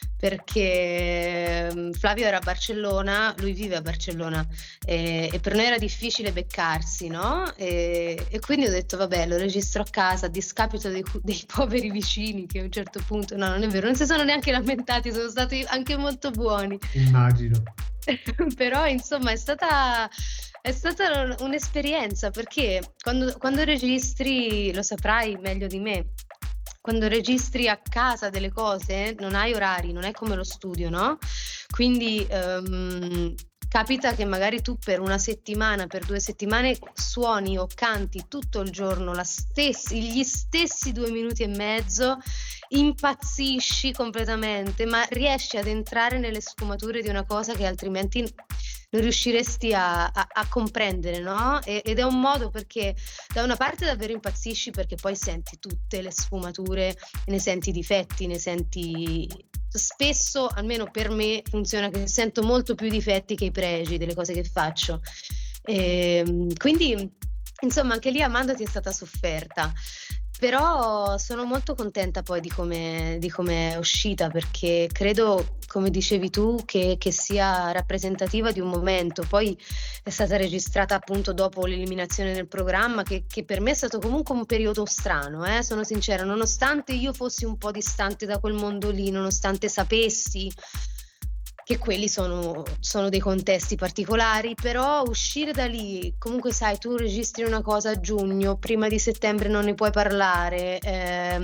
perché mm, Flavio era a Barcellona, lui vive a Barcellona, e, e per noi era difficile beccarsi, no? E, e quindi ho detto, vabbè, lo registro a casa, a discapito dei, cu- dei poveri vicini che a un certo punto, no, non è vero, non si sono neanche lamentati, sono stati anche molto buoni. Immagino. Però insomma è stata, è stata un'esperienza, perché quando, quando registri, lo saprai meglio di me, quando registri a casa delle cose non hai orari, non è come lo studio, no? Quindi ehm, capita che magari tu per una settimana, per due settimane suoni o canti tutto il giorno la stessa, gli stessi due minuti e mezzo, impazzisci completamente, ma riesci ad entrare nelle sfumature di una cosa che altrimenti non riusciresti a, a, a comprendere, no? E, ed è un modo, perché da una parte davvero impazzisci perché poi senti tutte le sfumature, ne senti i difetti, ne senti... Spesso, almeno per me, funziona che sento molto più i difetti che i pregi delle cose che faccio. E, quindi, insomma, anche lì Amandoti è stata sofferta. Però sono molto contenta poi di come, di come è uscita, perché credo, come dicevi tu, che, che sia rappresentativa di un momento. Poi è stata registrata appunto dopo l'eliminazione del programma, che, che per me è stato comunque un periodo strano, eh? Sono sincera, nonostante io fossi un po' distante da quel mondo lì, nonostante sapessi che quelli sono, sono dei contesti particolari, però uscire da lì, comunque sai, tu registri una cosa a giugno, prima di settembre non ne puoi parlare, ehm,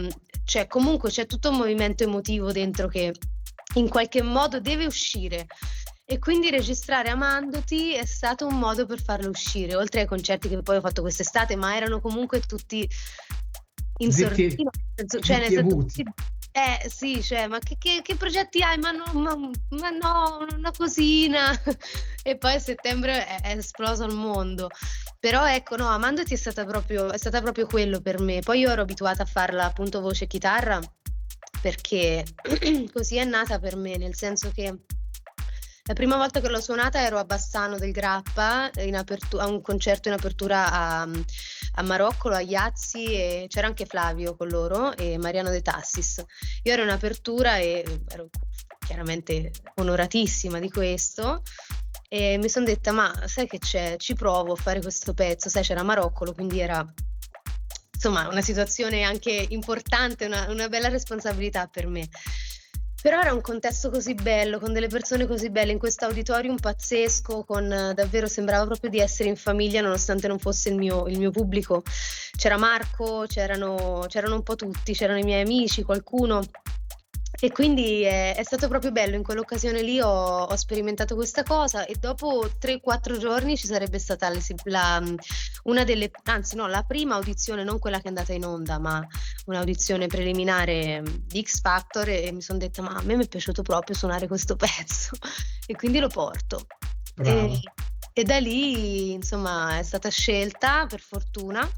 cioè comunque c'è tutto un movimento emotivo dentro che in qualche modo deve uscire. E quindi registrare Amandoti è stato un modo per farlo uscire, oltre ai concerti che poi ho fatto quest'estate, ma erano comunque tutti in Zitti- sordina, cioè nel zitti e senso, muti. eh sì, cioè, ma che, che- che progetti hai? Ma no, ma, ma no, una cosina. E poi a settembre è, è esploso il mondo. Però ecco, no, Amandoti è stata proprio, è stata proprio quello per me. Poi io ero abituata a farla appunto voce e chitarra, perché così è nata per me, nel senso che la prima volta che l'ho suonata ero a Bassano del Grappa, in apertu- a un concerto in apertura a, a Maroccolo, a Iazzi, e c'era anche Flavio con loro e Mariano De Tassis. Io ero in apertura e ero chiaramente onoratissima di questo, e mi sono detta, ma sai che c'è, ci provo a fare questo pezzo, sai, c'era Maroccolo, quindi era insomma una situazione anche importante, una, una bella responsabilità per me. Però era un contesto così bello, con delle persone così belle, in questo auditorium pazzesco, con eh, davvero sembrava proprio di essere in famiglia nonostante non fosse il mio, il mio pubblico. C'era Marco, c'erano, c'erano un po' tutti, c'erano i miei amici, qualcuno. E quindi è, è stato proprio bello, in quell'occasione lì ho, ho sperimentato questa cosa, e dopo tre quattro giorni ci sarebbe stata la, la- una delle, anzi no, la prima audizione, non quella che è andata in onda, ma un'audizione preliminare di X Factor, e mi sono detta, ma a me mi è piaciuto proprio suonare questo pezzo e quindi lo porto. Bravo. E, e da lì insomma è stata scelta per fortuna.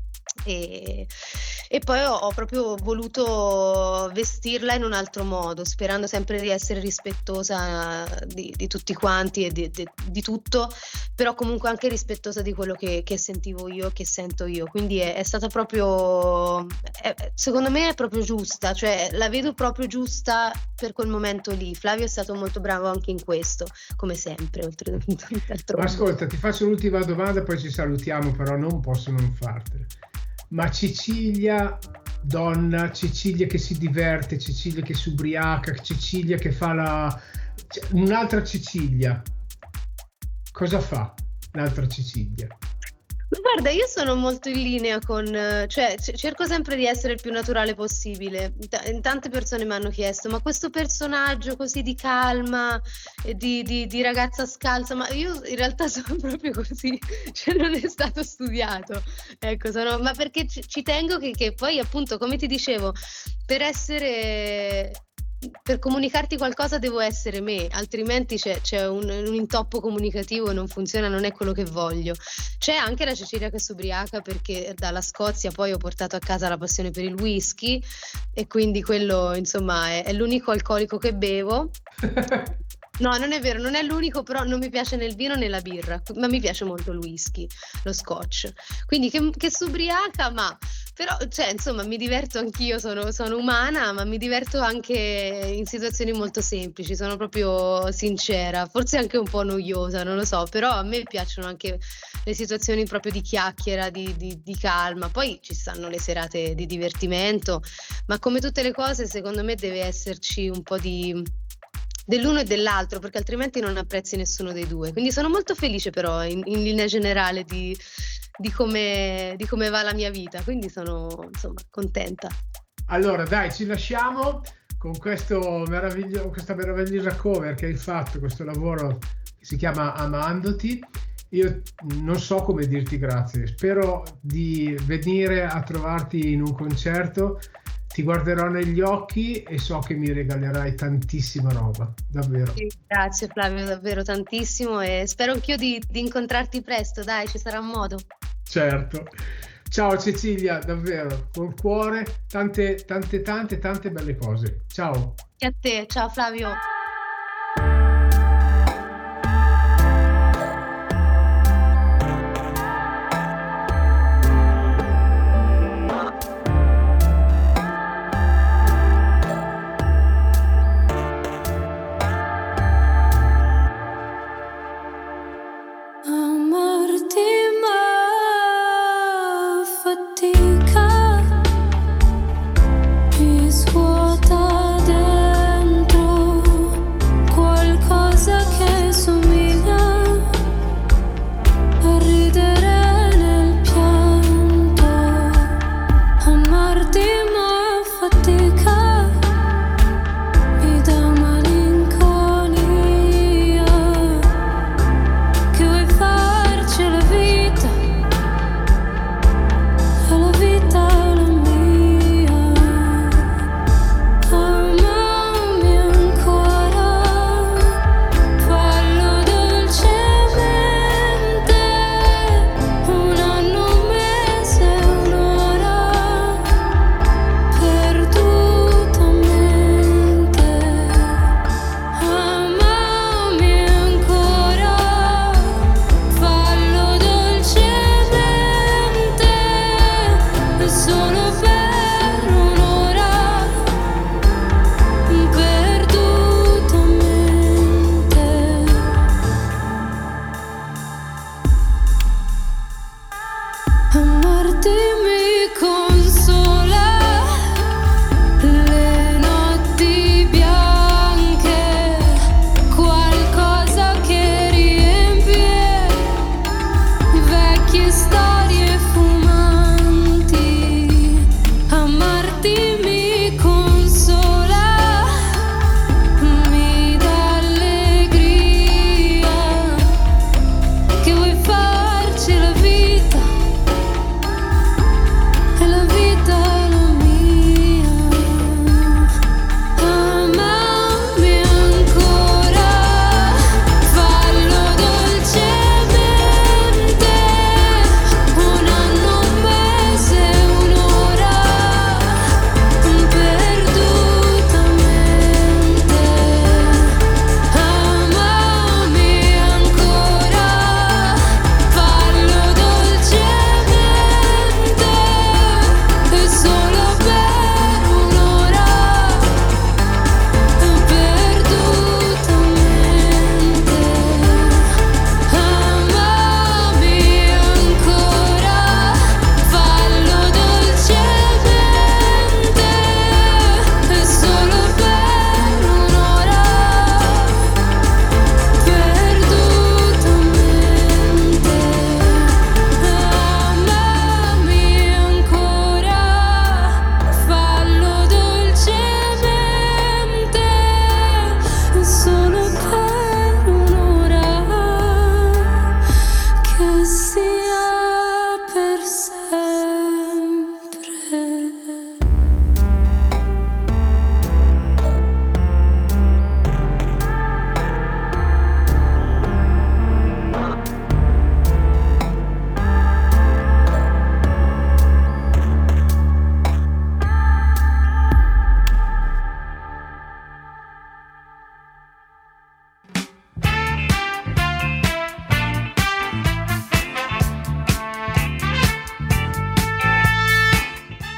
E, e poi ho, ho proprio voluto vestirla in un altro modo, sperando sempre di essere rispettosa di, di tutti quanti e di, di, di tutto, però comunque anche rispettosa di quello che, che sentivo io, che sento io. Quindi è, è stata proprio, è, secondo me è proprio giusta, cioè la vedo proprio giusta per quel momento lì. Flavio è stato molto bravo anche in questo, come sempre, oltre Ma ascolta, ti faccio l'ultima domanda, poi ci salutiamo, però non posso non fartela. Ma Cecilia, donna, Cecilia che si diverte, Cecilia che si ubriaca, Cecilia che fa la... cioè, un'altra Cecilia, cosa fa l'altra Cecilia? Guarda, io sono molto in linea con, cioè c- cerco sempre di essere il più naturale possibile. T- tante persone mi hanno chiesto, ma questo personaggio così di calma, e di, di- di ragazza scalza, ma io in realtà sono proprio così, cioè non è stato studiato. Ecco, sono, ma perché ci, ci tengo che, che poi appunto, come ti dicevo, per essere... per comunicarti qualcosa devo essere me, altrimenti c'è, c'è un, un intoppo comunicativo e non funziona, non è quello che voglio. C'è anche la Cecilia che si ubriaca, perché dalla Scozia poi ho portato a casa la passione per il whisky, e quindi quello insomma è, è l'unico alcolico che bevo. No, non è vero, non è l'unico, però non mi piace né il vino né la birra, ma mi piace molto il whisky, lo scotch. Quindi che, che si ubriaca, ma però, cioè, insomma, mi diverto anch'io, sono, sono umana, ma mi diverto anche in situazioni molto semplici, sono proprio sincera, forse anche un po' noiosa, non lo so, però a me piacciono anche le situazioni proprio di chiacchiera, di, di, di calma. Poi ci stanno le serate di divertimento, ma come tutte le cose, secondo me deve esserci un po' di... dell'uno e dell'altro, perché altrimenti non apprezzi nessuno dei due. Quindi sono molto felice però in, in linea generale di, di, come, di come va la mia vita, quindi sono insomma contenta. Allora dai, ci lasciamo con questo meraviglio- questa meravigliosa cover che hai fatto, questo lavoro che si chiama Amandoti. Io non so come dirti grazie, spero di venire a trovarti in un concerto, ti guarderò negli occhi e so che mi regalerai tantissima roba, davvero. Sì, grazie Flavio, davvero tantissimo, e spero anch'io di, di incontrarti presto, dai, ci sarà modo. Certo. Ciao Cecilia, davvero, col cuore, tante, tante, tante, tante belle cose. Ciao. E a te, ciao Flavio. Amarti ma fatica, mi svuota dentro.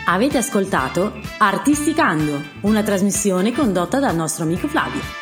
Avete ascoltato Artisticando, una trasmissione condotta dal nostro amico Flavio.